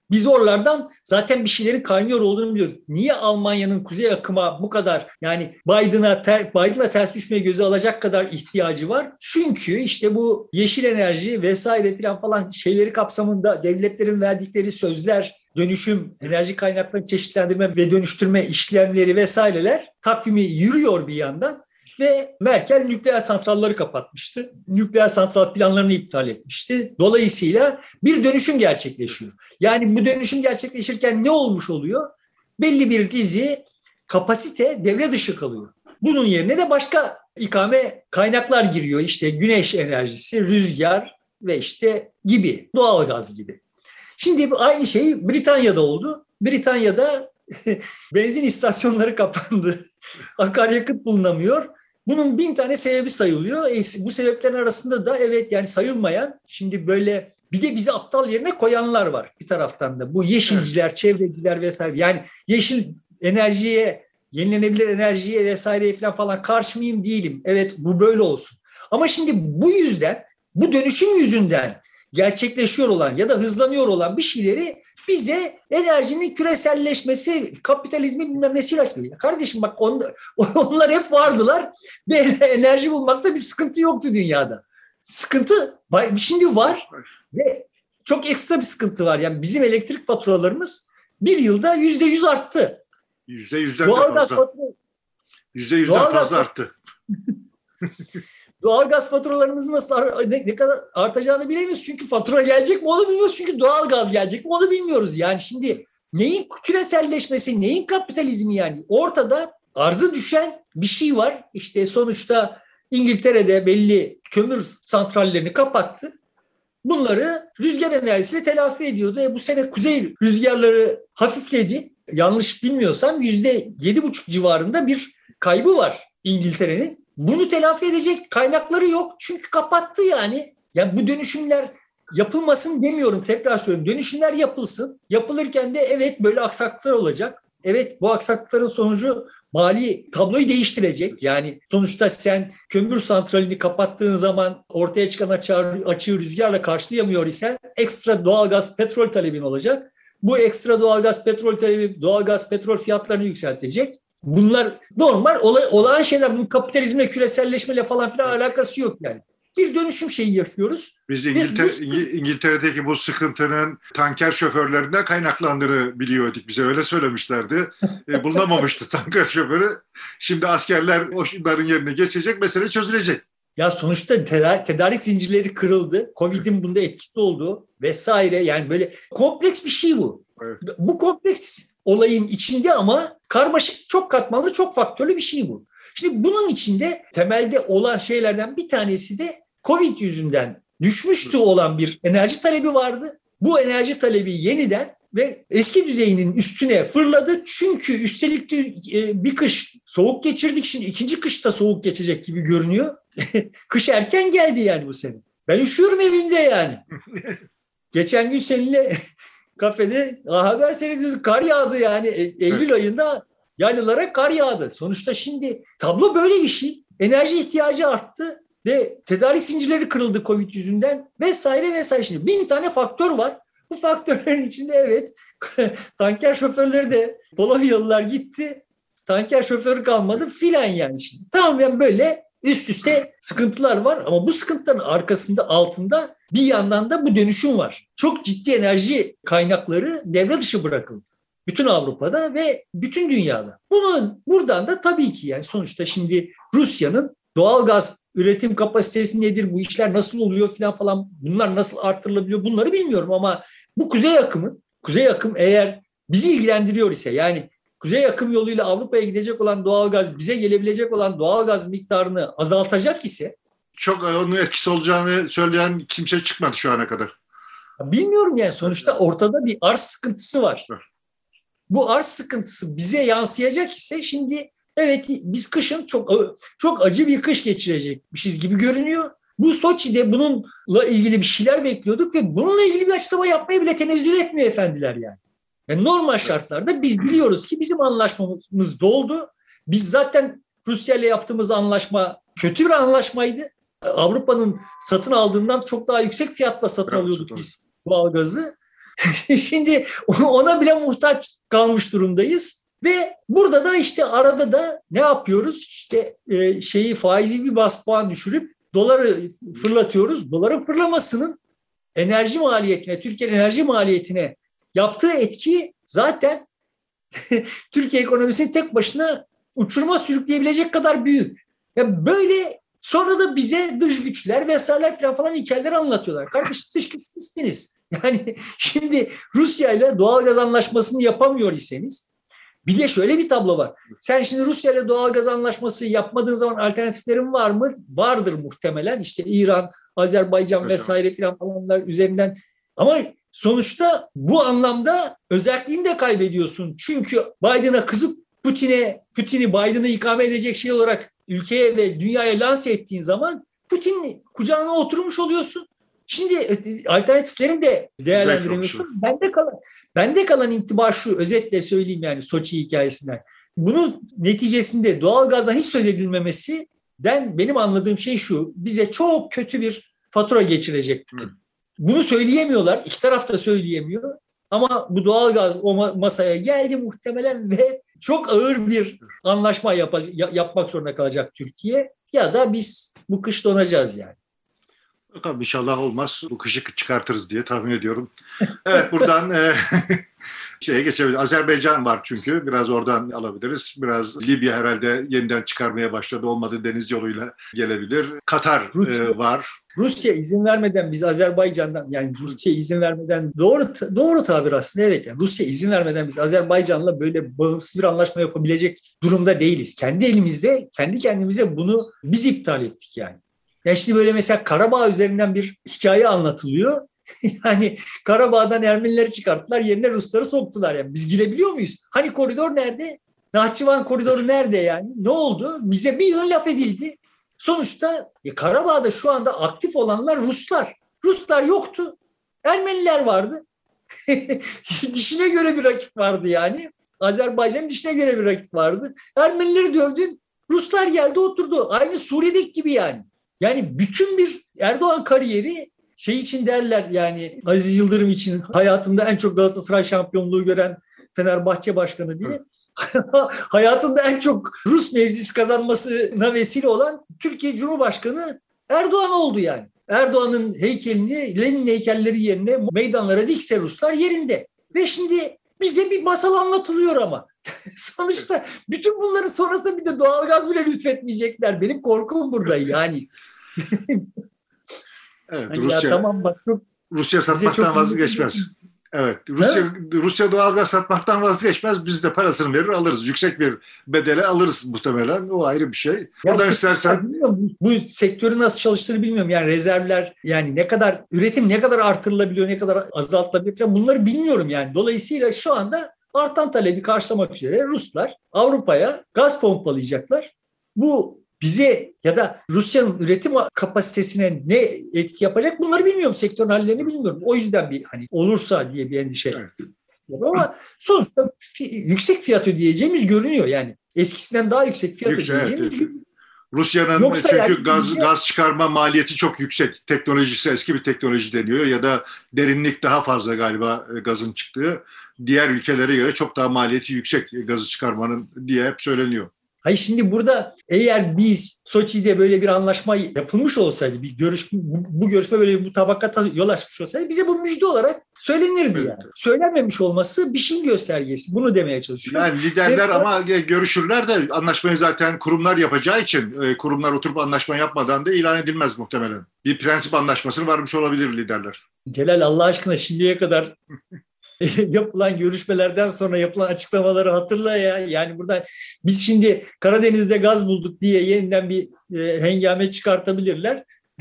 Biz oralardan zaten bir şeylerin kaynıyor olduğunu biliyorduk. Niye Almanya'nın kuzey akıma bu kadar, yani Biden'a ters düşmeye göze alacak kadar ihtiyacı var? Çünkü işte bu yeşil enerji vesaire falan şeyleri kapsamında devletlerin verdikleri sözler, dönüşüm, enerji kaynaklarını çeşitlendirme ve dönüştürme işlemleri vesaireler takvimi yürüyor bir yandan. Ve Merkel nükleer santralları kapatmıştı. Nükleer santral planlarını iptal etmişti. Dolayısıyla bir dönüşüm gerçekleşiyor. Yani bu dönüşüm gerçekleşirken ne olmuş oluyor? Belli bir dizi kapasite devre dışı kalıyor. Bunun yerine de başka ikame kaynaklar giriyor. İşte güneş enerjisi, rüzgar ve işte gibi, doğalgaz gibi. Şimdi aynı şey Britanya'da oldu. Britanya'da benzin istasyonları kapandı. Akaryakıt bulunamıyor. Bunun 1000 tane sebebi sayılıyor. Bu sebeplerin arasında da evet yani sayılmayan, şimdi böyle bir de bizi aptal yerine koyanlar var bir taraftan da. Bu yeşilciler, çevreciler vesaire. Yani yeşil enerjiye, yenilenebilir enerjiye vesaireye falan karşı mıyım? Değilim. Evet, bu böyle olsun. Ama şimdi bu dönüşüm yüzünden gerçekleşiyor olan ya da hızlanıyor olan bir şeyleri bize enerjinin küreselleşmesi, kapitalizmi bilmem nesiyle açılıyor. Kardeşim bak onlar hep vardılar ve enerji bulmakta bir sıkıntı yoktu dünyada. Sıkıntı şimdi var ve çok ekstra bir sıkıntı var. Yani bizim elektrik faturalarımız bir yılda %100 arttı. %100'den de fazla. %100'den fazla arttı. Doğalgaz faturalarımızın ne kadar artacağını bilemiyoruz. Çünkü fatura gelecek mi onu bilmiyoruz. Çünkü doğalgaz gelecek mi onu bilmiyoruz. Yani şimdi neyin küreselleşmesi, neyin kapitalizmi yani? Ortada arzı düşen bir şey var. İşte sonuçta İngiltere'de belli kömür santrallerini kapattı. Bunları rüzgar enerjisiyle telafi ediyordu. Bu sene kuzey rüzgarları hafifledi. Yanlış bilmiyorsam %7,5 civarında bir kaybı var İngiltere'nin. Bunu telafi edecek kaynakları yok. Çünkü kapattı yani. Yani bu dönüşümler yapılmasın demiyorum, tekrar söylüyorum. Dönüşümler yapılsın. Yapılırken de evet böyle aksaklıklar olacak. Evet, bu aksaklıkların sonucu mali tabloyu değiştirecek. Yani sonuçta sen kömür santralini kapattığın zaman ortaya çıkan açığı rüzgarla karşılayamıyor isen ekstra doğalgaz, petrol talebin olacak. Bu ekstra doğalgaz, petrol talebi, doğalgaz, petrol fiyatlarını yükseltecek. Bunlar normal olağan şeyler. Bunun kapitalizmle, küreselleşmeyle falan filan alakası yok yani. Bir dönüşüm şeyi yaşıyoruz. Biz İngiltere'deki bu sıkıntının tanker şoförlerinden kaynaklandığını biliyorduk. Bize öyle söylemişlerdi. Bulunamamıştı tanker şoförü. Şimdi askerler onların yerine geçecek, mesele çözülecek. Ya sonuçta tedarik zincirleri kırıldı. Covid'in bunda etkisi oldu vesaire. Yani böyle kompleks bir şey bu. Evet. Bu kompleks olayın içinde ama karmaşık, çok katmanlı, çok faktörlü bir şey bu. Şimdi bunun içinde temelde olan şeylerden bir tanesi de Covid yüzünden düşmüştü olan bir enerji talebi vardı. Bu enerji talebi yeniden ve eski düzeyinin üstüne fırladı. Çünkü üstelik bir kış soğuk geçirdik. Şimdi ikinci kış da soğuk geçecek gibi görünüyor. Kış erken geldi yani bu sene. Ben üşüyorum evimde yani. Geçen gün seninle kafede haber seyrediyorduk. Kar yağdı yani. Eylül ayında yaylalara kar yağdı. Sonuçta şimdi tablo böyle bir şey. Enerji ihtiyacı arttı ve tedarik zincirleri kırıldı Covid yüzünden vesaire vesaire. Şimdi 1000 tane faktör var. Bu faktörlerin içinde evet tanker şoförleri de Polonyalılar gitti. Tanker şoförü kalmadı filan yani şimdi. Tamamen böyle üst üste sıkıntılar var ama bu sıkıntıların arkasında, altında bir yandan da bu dönüşüm var. Çok ciddi enerji kaynakları devre dışı bırakıldı. Bütün Avrupa'da ve bütün dünyada. Buradan da tabii ki yani sonuçta şimdi Rusya'nın doğalgaz üretim kapasitesi nedir, bu işler nasıl oluyor falan, bunlar nasıl artırılabiliyor bunları bilmiyorum ama bu kuzey akım eğer bizi ilgilendiriyor ise, yani kuzey akım yoluyla Avrupa'ya gidecek olan doğalgaz, bize gelebilecek olan doğalgaz miktarını azaltacak ise, çok onun etkisi olacağını söyleyen kimse çıkmadı şu ana kadar. Bilmiyorum yani sonuçta ortada bir arz sıkıntısı var. Bu arz sıkıntısı bize yansıyacak ise şimdi evet biz kışın çok acı bir kış geçirecekmişiz gibi görünüyor. Bu Soçi'de bununla ilgili bir şeyler bekliyorduk ve bununla ilgili bir açıklama yapmaya bile tenezzül etmiyor efendiler yani. Yani normal şartlarda biz biliyoruz ki bizim anlaşmamız doldu. Biz zaten Rusya ile yaptığımız anlaşma kötü bir anlaşmaydı. Avrupa'nın satın aldığından çok daha yüksek fiyatla satın alıyorduk biz doğalgazı. Şimdi ona bile muhtaç kalmış durumdayız. Ve burada da işte arada da ne yapıyoruz? İşte faizi bir bas puan düşürüp doları fırlatıyoruz. Doların fırlamasının enerji maliyetine, Türkiye'nin enerji maliyetine yaptığı etki zaten Türkiye ekonomisini tek başına uçuruma sürükleyebilecek kadar büyük. Ya böyle sonra da bize dış güçler vesaireler falan hikayeler anlatıyorlar. Kardeşim dış güç sizsiniz. Yani şimdi Rusya ile doğalgaz anlaşmasını yapamıyor iseniz bir de şöyle bir tablo var. Sen şimdi Rusya ile doğalgaz anlaşması yapmadığın zaman alternatiflerin var mı? Vardır muhtemelen. İşte İran, Azerbaycan vesaire falanlar üzerinden. Ama sonuçta bu anlamda özelliğini de kaybediyorsun. Çünkü Biden'a kızıp Putin'i Biden'ı ikame edecek şey olarak ülkeye ve dünyaya lanse ettiğin zaman Putin kucağına oturmuş oluyorsun. Şimdi alternatiflerini de değerlendiremiyorsun. Bende kalan intiba şu, özetle söyleyeyim yani Soçi hikayesinden. Bunun neticesinde doğalgazdan hiç söz edilmemesinden benim anladığım şey şu, bize çok kötü bir fatura geçirecek. Bunu söyleyemiyorlar, iki taraf da söyleyemiyor. Ama bu doğalgaz o masaya geldi muhtemelen ve çok ağır bir anlaşma yapmak zorunda kalacak Türkiye. Ya da biz bu kış donacağız yani. Bakalım inşallah olmaz. Bu kışı çıkartırız diye tahmin ediyorum. Evet buradan şeye geçebiliriz. Azerbaycan var çünkü. Biraz oradan alabiliriz. Biraz Libya herhalde yeniden çıkarmaya başladı. Olmadı deniz yoluyla gelebilir. Katar var. Rusya izin vermeden biz Azerbaycan'dan yani Rusya izin vermeden doğru tabir aslında evet yani Rusya izin vermeden biz Azerbaycan'la böyle bağımsız bir anlaşma yapabilecek durumda değiliz. Kendi elimizde kendi kendimize bunu biz iptal ettik yani. Yani şimdi böyle mesela Karabağ üzerinden bir hikaye anlatılıyor. Yani Karabağ'dan Ermenileri çıkarttılar, yerine Rusları soktular. Yani biz girebiliyor muyuz? Hani koridor nerede? Nahçıvan koridoru nerede yani? Ne oldu? Bize bir yıl laf edildi. Sonuçta Karabağ'da şu anda aktif olanlar Ruslar. Ruslar yoktu. Ermeniler vardı. Dişine göre bir rakip vardı yani. Azerbaycan'ın dişine göre bir rakip vardı. Ermenileri dövdün. Ruslar geldi oturdu. Aynı Suriye'deki gibi yani. Yani bütün bir Erdoğan kariyeri şey için derler yani Aziz Yıldırım için hayatında en çok Galatasaray şampiyonluğu gören Fenerbahçe başkanı diye hayatında en çok Rus mevzisi kazanmasına vesile olan Türkiye Cumhurbaşkanı Erdoğan oldu yani. Erdoğan'ın heykelini Lenin heykelleri yerine meydanlara dikse Ruslar yerinde. Ve şimdi bize bir masal anlatılıyor ama. Sonuçta bütün bunların sonrasında bir de doğalgaz bile lütfetmeyecekler. Benim korkum burada yani. Evet, hani Rusya, tamam bak, Rusya satmaktan vazgeçmez. Evet, Rusya doğalgaz satmaktan vazgeçmez. Biz de parasını verir alırız. Yüksek bir bedele alırız muhtemelen. O ayrı bir şey. Buradan istersen... Bu sektörü nasıl çalıştığını bilmiyorum. Yani rezervler yani ne kadar üretim ne kadar artırılabiliyor, ne kadar azaltılabiliyor bunları bilmiyorum yani. Dolayısıyla şu anda artan talebi karşılamak üzere Ruslar Avrupa'ya gaz pompalayacaklar. Bu bize ya da Rusya'nın üretim kapasitesine ne etki yapacak bunları bilmiyorum. Sektörün hallerini bilmiyorum. O yüzden bir hani olursa diye bir endişe. Evet. Ama sonuçta yüksek fiyat ödeyeceğimiz görünüyor yani. Eskisinden daha yüksek fiyat ödeyeceğimiz görünüyor. Rusya'nın çünkü yani, gaz çıkarma maliyeti çok yüksek. Teknolojisi eski bir teknoloji deniyor ya da derinlik daha fazla galiba gazın çıktığı. Diğer ülkelere göre çok daha maliyeti yüksek gazı çıkarmanın diye hep söyleniyor. Hayır şimdi burada eğer biz Soçi'de böyle bir anlaşma yapılmış olsaydı, bu görüşme böyle bu tabakata yol açmış olsaydı bize bu müjde olarak söylenirdi yani. Söylenmemiş olması bir şeyin göstergesi. Bunu demeye çalışıyorum. Yani liderler ama görüşürler de anlaşmayı zaten kurumlar yapacağı için kurumlar oturup anlaşma yapmadan da ilan edilmez muhtemelen. Bir prensip anlaşmasına varmış olabilir liderler. Celal Allah aşkına şimdiye kadar yapılan görüşmelerden sonra yapılan açıklamaları hatırla ya. Yani burada biz şimdi Karadeniz'de gaz bulduk diye yeniden bir hengame çıkartabilirler.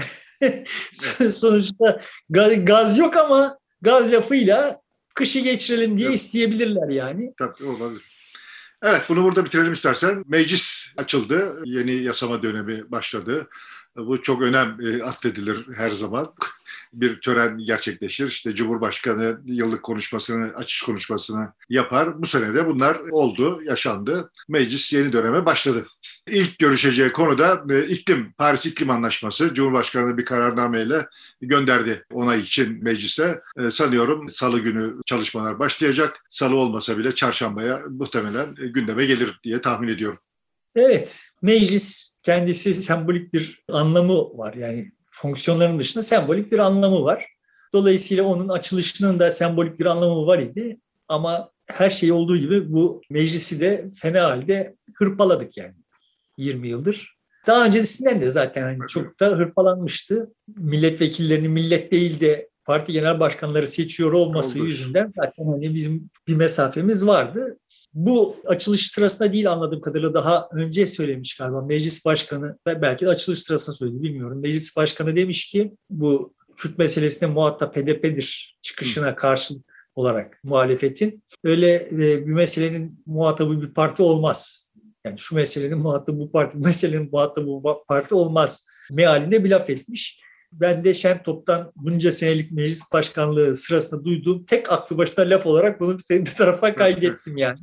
Sonuçta gaz yok ama gaz lafıyla kışı geçirelim diye isteyebilirler yani. Tabii olabilir. Evet bunu burada bitirelim istersen. Meclis açıldı. Yeni yasama dönemi başladı. Bu çok önem atfedilir her zaman. bir tören gerçekleşir. İşte Cumhurbaşkanı yıllık konuşmasını, açış konuşmasını yapar. Bu sene de bunlar oldu, yaşandı. Meclis yeni döneme başladı. İlk görüşeceği konu da Paris İklim Anlaşması. Cumhurbaşkanı bir kararnameyle gönderdi onay için meclise. Sanıyorum Salı günü çalışmalar başlayacak. Salı olmasa bile çarşambaya muhtemelen gündeme gelir diye tahmin ediyorum. Evet, meclis kendisi sembolik bir anlamı var. Yani fonksiyonların dışında sembolik bir anlamı var. Dolayısıyla onun açılışının da sembolik bir anlamı var idi. Ama her şey olduğu gibi bu meclisi de fena halde hırpaladık yani 20 yıldır. Daha öncesinden de zaten hani çok da hırpalanmıştı. Milletvekillerini millet değil de parti genel başkanları seçiyor olması yüzünden zaten hani bizim bir mesafemiz vardı. Bu açılış sırasında değil anladığım kadarıyla daha önce söylemiş galiba meclis başkanı ve belki de açılış sırasında söyledi bilmiyorum. Meclis başkanı demiş ki bu Kürt meselesine muhatap HDP'dir çıkışına karşılık olarak muhalefetin. Öyle bir meselenin muhatabı bir parti olmaz. Yani şu meselenin muhatabı bu parti, bu meselenin muhatabı bu parti olmaz mealinde bir laf etmiş. Ben de Şentop'tan bunca senelik meclis başkanlığı sırasında duyduğum tek aklı başına laf olarak bunu bir tarafa kaydettim yani.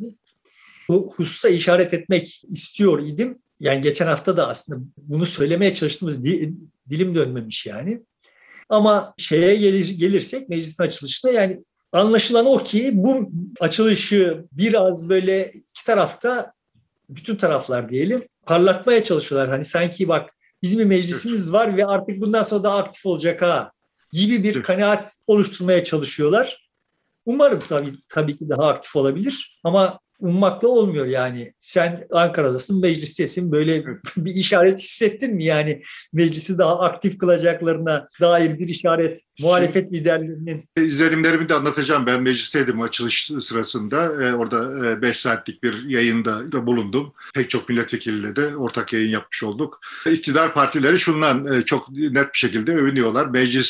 Bu hususa işaret etmek istiyor idim. Yani geçen hafta da aslında bunu söylemeye çalıştığımız dilim dönmemiş yani. Ama gelirsek meclisin açılışına yani anlaşılan o ki bu açılışı biraz böyle iki tarafta bütün taraflar diyelim parlatmaya çalışıyorlar. Hani sanki bak bizim bir meclisimiz var ve artık bundan sonra daha aktif olacak ha gibi bir kanaat oluşturmaya çalışıyorlar. Umarım tabii ki daha aktif olabilir ama ummakla olmuyor yani. Sen Ankara'dasın, meclistesin. Böyle bir işaret hissettin mi? Yani meclisi daha aktif kılacaklarına dair bir işaret muhalefet liderlerinin. İzlenimlerimi de anlatacağım. Ben meclisteydim açılış sırasında. Orada 5 saatlik bir yayında da bulundum. Pek çok milletvekiliyle de ortak yayın yapmış olduk. İktidar partileri şundan çok net bir şekilde övünüyorlar.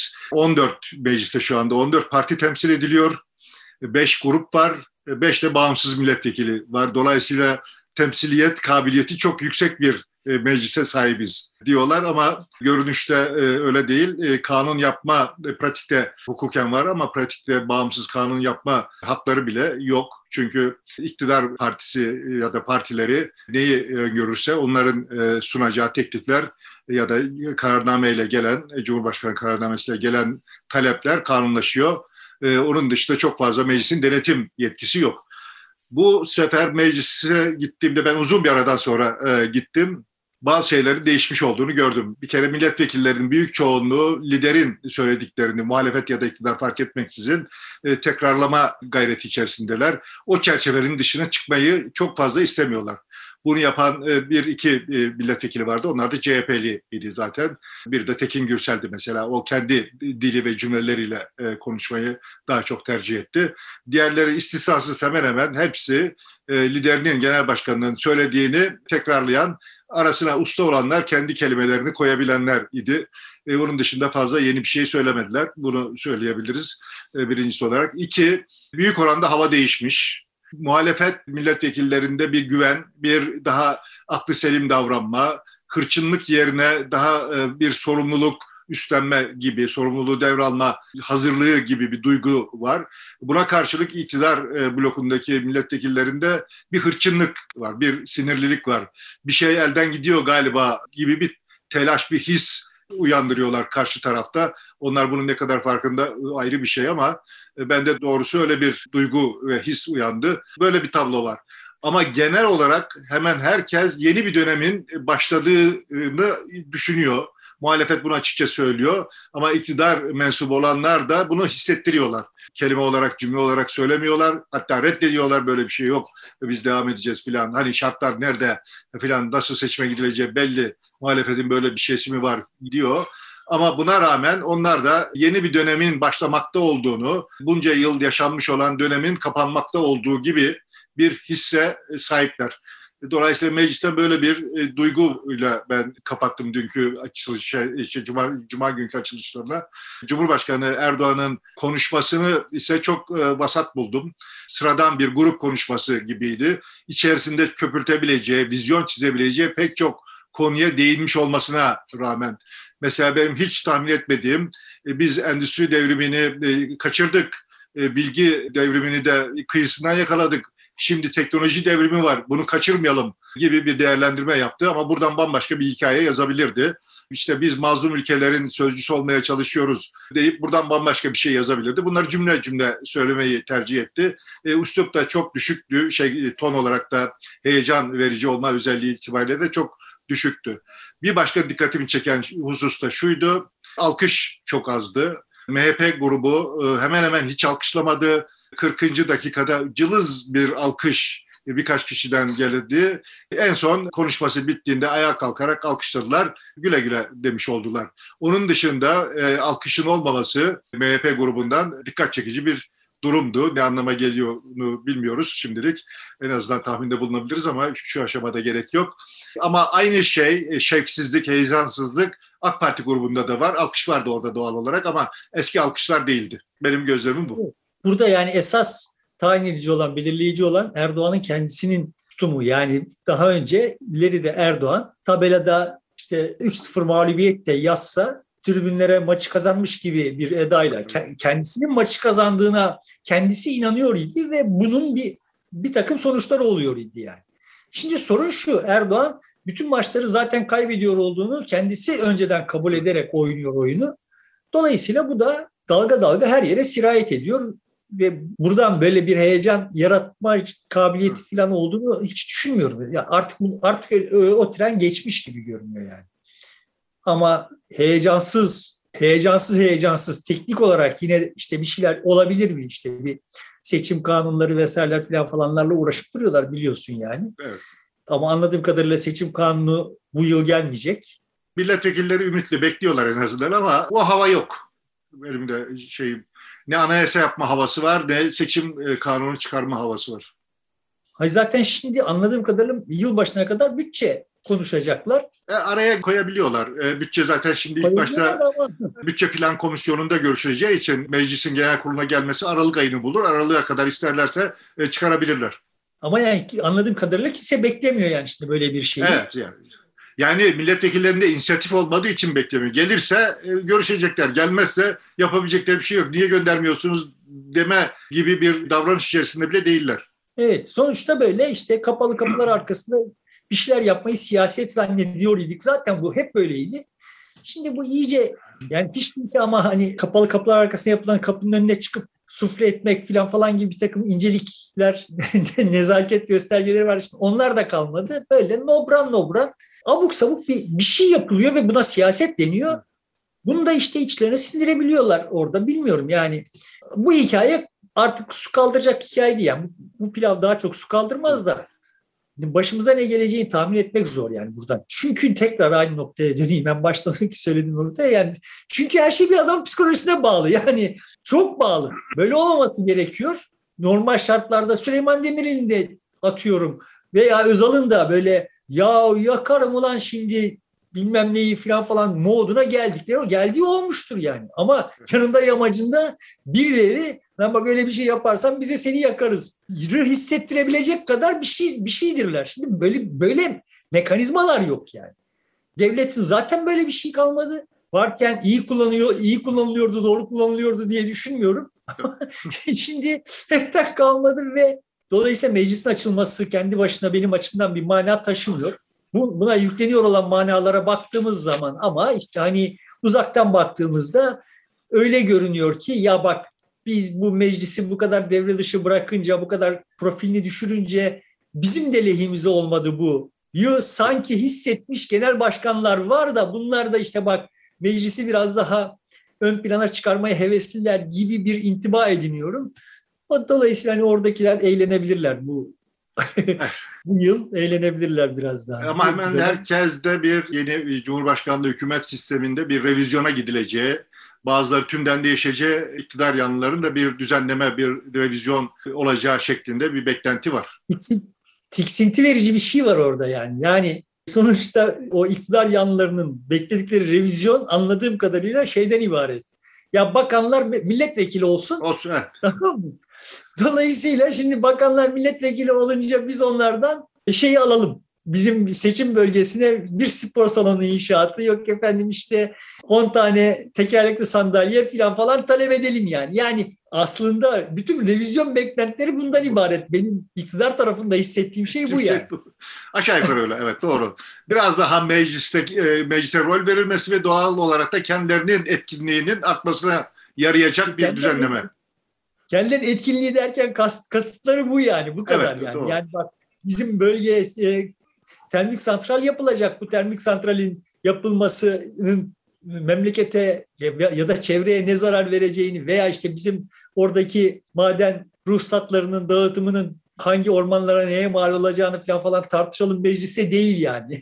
Mecliste şu anda 14 parti temsil ediliyor. 5 grup var. 5 de bağımsız milletvekili var. Dolayısıyla temsiliyet kabiliyeti çok yüksek bir meclise sahibiz diyorlar ama görünüşte öyle değil. Kanun yapma pratikte hukuken var ama pratikte bağımsız kanun yapma hakları bile yok. Çünkü iktidar partisi ya da partileri neyi görürse onların sunacağı teklifler ya da kararnameyle gelen, Cumhurbaşkanı kararnamesiyle gelen talepler kanunlaşıyor. Onun dışında çok fazla meclisin denetim yetkisi yok. Bu sefer meclise gittiğimde ben uzun bir aradan sonra gittim. Bazı şeylerin değişmiş olduğunu gördüm. Bir kere milletvekillerinin büyük çoğunluğu liderin söylediklerini muhalefet ya da iktidar fark etmeksizin tekrarlama gayreti içerisindeler. O çerçevenin dışına çıkmayı çok fazla istemiyorlar. Bunu yapan bir iki milletvekili vardı. Onlar da CHP'liydi zaten. Bir de Tekin Gürsel'di mesela. O kendi dili ve cümleleriyle konuşmayı daha çok tercih etti. Diğerleri istisnasız hemen hemen hepsi liderinin, genel başkanının söylediğini tekrarlayan, arasına usta olanlar kendi kelimelerini koyabilenler idi. Onun dışında fazla yeni bir şey söylemediler. Bunu söyleyebiliriz birincisi olarak. İki, büyük oranda hava değişmiş. Muhalefet milletvekillerinde bir güven, bir daha aklı selim davranma, hırçınlık yerine daha bir sorumluluk üstlenme gibi, sorumluluğu devralma hazırlığı gibi bir duygu var. Buna karşılık iktidar blokundaki milletvekillerinde bir hırçınlık var, bir sinirlilik var. Bir şey elden gidiyor galiba gibi bir telaş, bir his uyandırıyorlar karşı tarafta. Onlar bunun ne kadar farkında ayrı bir şey ama bende doğrusu öyle bir duygu ve his uyandı. Böyle bir tablo var. Ama genel olarak hemen herkes yeni bir dönemin başladığını düşünüyor. Muhalefet bunu açıkça söylüyor ama iktidar mensubu olanlar da bunu hissettiriyorlar. Kelime olarak, cümle olarak söylemiyorlar. Hatta reddediyorlar, böyle bir şey yok. Biz devam edeceğiz filan. Hani şartlar nerede filan, nasıl seçime gidileceği belli. Muhalefetin böyle bir şeysi mi var diyor. Ama buna rağmen onlar da yeni bir dönemin başlamakta olduğunu, bunca yıl yaşanmış olan dönemin kapanmakta olduğu gibi bir hisse sahipler. Dolayısıyla meclisten böyle bir duyguyla ben kapattım dünkü Cuma günkü açılışlarına. Cumhurbaşkanı Erdoğan'ın konuşmasını ise çok vasat buldum. Sıradan bir grup konuşması gibiydi. İçerisinde köpürtebileceği, vizyon çizebileceği pek çok konuya değinmiş olmasına rağmen. Mesela benim hiç tahmin etmediğim, biz endüstri devrimini kaçırdık, bilgi devrimini de kıyısından yakaladık. Şimdi teknoloji devrimi var, bunu kaçırmayalım gibi bir değerlendirme yaptı ama buradan bambaşka bir hikaye yazabilirdi. İşte biz mazlum ülkelerin sözcüsü olmaya çalışıyoruz deyip buradan bambaşka bir şey yazabilirdi. Bunları cümle cümle söylemeyi tercih etti. Üslup da çok düşüktü. Ton olarak da heyecan verici olma özelliği itibariyle de çok düşüktü. Bir başka dikkatimi çeken husus da şuydu. Alkış çok azdı. MHP grubu hemen hemen hiç alkışlamadı. 40. dakikada cılız bir alkış birkaç kişiden geldi. En son konuşması bittiğinde ayağa kalkarak alkışladılar. Güle güle demiş oldular. Onun dışında alkışın olmaması MHP grubundan dikkat çekici bir durumdu. Ne anlama geliyorunu bilmiyoruz şimdilik. En azından tahminde bulunabiliriz ama şu aşamada gerek yok. Ama aynı şey, şevksizlik, heyecansızlık AK Parti grubunda da var. Alkış vardı orada doğal olarak ama eski alkışlar değildi. Benim gözlemim bu. Burada yani esas tayin edici olan, belirleyici olan Erdoğan'ın kendisinin tutumu. Yani daha önce ileride Erdoğan tabelada işte 3-0 mağlubiyet de yazsa tribünlere maçı kazanmış gibi bir edayla kendisinin maçı kazandığına kendisi inanıyor idi ve bunun bir takım sonuçları oluyor idi yani. Şimdi sorun şu, Erdoğan bütün maçları zaten kaybediyor olduğunu kendisi önceden kabul ederek oynuyor oyunu. Dolayısıyla bu da dalga dalga her yere sirayet ediyor ve buradan böyle bir heyecan yaratma kabiliyeti falan olduğunu hiç düşünmüyorum. Ya artık o tren geçmiş gibi görünüyor yani. Ama heyecansız teknik olarak yine işte bir şeyler olabilir mi? İşte bir seçim kanunları vesaireler falan falanlarla uğraşıp duruyorlar biliyorsun yani. Evet. Ama anladığım kadarıyla seçim kanunu bu yıl gelmeyecek. Milletvekilleri ümitli bekliyorlar en azından ama o hava yok. Benim de ne anayasa yapma havası var ne seçim kanunu çıkarma havası var. Hayır, zaten şimdi anladığım kadarıyla yılbaşına kadar bütçe konuşacaklar. Araya koyabiliyorlar. Bütçe zaten şimdi ilk başta Bütçe Plan Komisyonu'nda görüşüleceği için meclisin genel kuruluna gelmesi Aralık ayını bulur. Aralık'a kadar isterlerse çıkarabilirler. Ama yani anladığım kadarıyla kimse beklemiyor yani işte böyle bir şeyi. Evet yani. Yani milletvekillerinde inisiyatif olmadığı için beklemiyor. Gelirse görüşecekler. Gelmezse yapabilecekleri bir şey yok. Niye göndermiyorsunuz deme gibi bir davranış içerisinde bile değiller. Evet, sonuçta böyle işte kapalı kapılar arkasında bir şeyler yapmayı siyaset zannediyor idik. Zaten bu hep böyleydi. Şimdi bu iyice yani hiç kimse ama hani kapalı kapılar arkasında yapılan kapının önüne çıkıp sufle etmek falan gibi bir takım incelikler, nezaket göstergeleri var. İşte onlar da kalmadı. Böyle nobran abuk sabuk bir şey yapılıyor ve buna siyaset deniyor. Bunu da işte içlerine sindirebiliyorlar orada. Bilmiyorum yani. Bu hikaye artık su kaldıracak hikaye değil. Yani bu pilav daha çok su kaldırmaz da başımıza ne geleceğini tahmin etmek zor yani buradan. Çünkü tekrar aynı noktaya döneyim. Ben baştan söylediğim noktaya yani. Çünkü her şey bir adamın psikolojisine bağlı. Yani çok bağlı. Böyle olmaması gerekiyor. Normal şartlarda Süleyman Demirel'in de atıyorum veya Özal'ın da böyle ya yakarım ulan şimdi bilmem neyi falan moduna geldikleri o geldiği olmuştur yani. Ama yanında yamacında birileri lan bak öyle bir şey yaparsan bize seni yakarız hissettirebilecek kadar bir şeydirler. Şimdi böyle mekanizmalar yok yani. Devletin zaten böyle bir şey kalmadı. Varken iyi kullanılıyordu, doğru kullanılıyordu diye düşünmüyorum. Şimdi hepten kalmadı ve dolayısıyla meclisin açılması kendi başına benim açımdan bir mana taşımıyor. Buna yükleniyor olan manalara baktığımız zaman ama işte hani uzaktan baktığımızda öyle görünüyor ki ya bak biz bu meclisi bu kadar devre dışı bırakınca, bu kadar profilini düşürünce bizim de lehimize olmadı bu. Sanki hissetmiş genel başkanlar var da bunlar da işte bak meclisi biraz daha ön plana çıkarmaya hevesliler gibi bir intiba ediniyorum. Dolayısıyla hani oradakiler eğlenebilirler bu yıl eğlenebilirler biraz daha. Ama hemen herkes de bir yeni Cumhurbaşkanlığı hükümet sisteminde bir revizyona gidileceği, bazıları tümden değişeceği, iktidar yanlıların da bir düzenleme, bir revizyon olacağı şeklinde bir beklenti var. Tiksinti verici bir şey var orada yani. Yani sonuçta o iktidar yanlılarının bekledikleri revizyon anladığım kadarıyla şeyden ibaret. Ya bakanlar milletvekili olsun. Olsun, evet. Tamam mı? Dolayısıyla şimdi bakanlar milletvekili olunca biz onlardan şeyi alalım. bizim seçim bölgesine bir spor salonu inşaatı, yok efendim işte 10 tane tekerlekli sandalye falan talep edelim yani. Yani aslında bütün revizyon beklentileri bundan ibaret. Benim iktidar tarafında hissettiğim şey bu yani. Aşağı yukarı öyle, evet, doğru. Biraz daha mecliste rol verilmesi ve doğal olarak da kendilerinin etkinliğinin artmasına yarayacak bir düzenleme. Kendilerinin etkinliği derken kasıtları bu yani, bu kadar evet, yani. Doğru. Yani bak, bizim bölgeye termik santral yapılacak. Bu termik santralin yapılmasının memlekete ya da çevreye ne zarar vereceğini veya işte bizim oradaki maden ruhsatlarının dağıtımının hangi ormanlara neye mal olacağını falan tartışalım mecliste değil yani.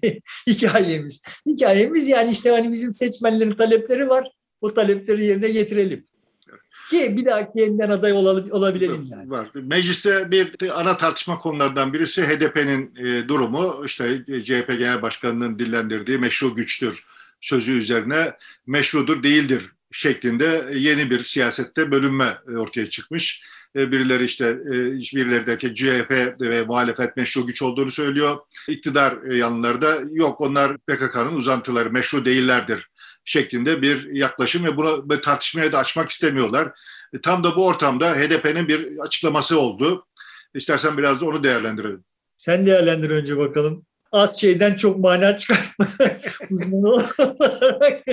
Hikayemiz yani işte hani bizim seçmenlerin talepleri var. O talepleri yerine getirelim. Ki bir dahaki yeniden aday olabilelim yani. Var. Mecliste bir ana tartışma konulardan birisi HDP'nin durumu. İşte CHP Genel Başkanı'nın dillendirdiği meşru güçtür sözü üzerine meşrudur değildir şeklinde yeni bir siyasette bölünme ortaya çıkmış. Birileri de CHP ve muhalefet meşru güç olduğunu söylüyor. İktidar yanlıları da yok, onlar PKK'nın uzantıları, meşru değillerdir şeklinde bir yaklaşım ve bunu tartışmaya da açmak istemiyorlar. Tam da bu ortamda HDP'nin bir açıklaması oldu. İstersen biraz da onu değerlendirelim. Sen değerlendir önce bakalım. Az şeyden çok mana çıkartma uzmanı olarak.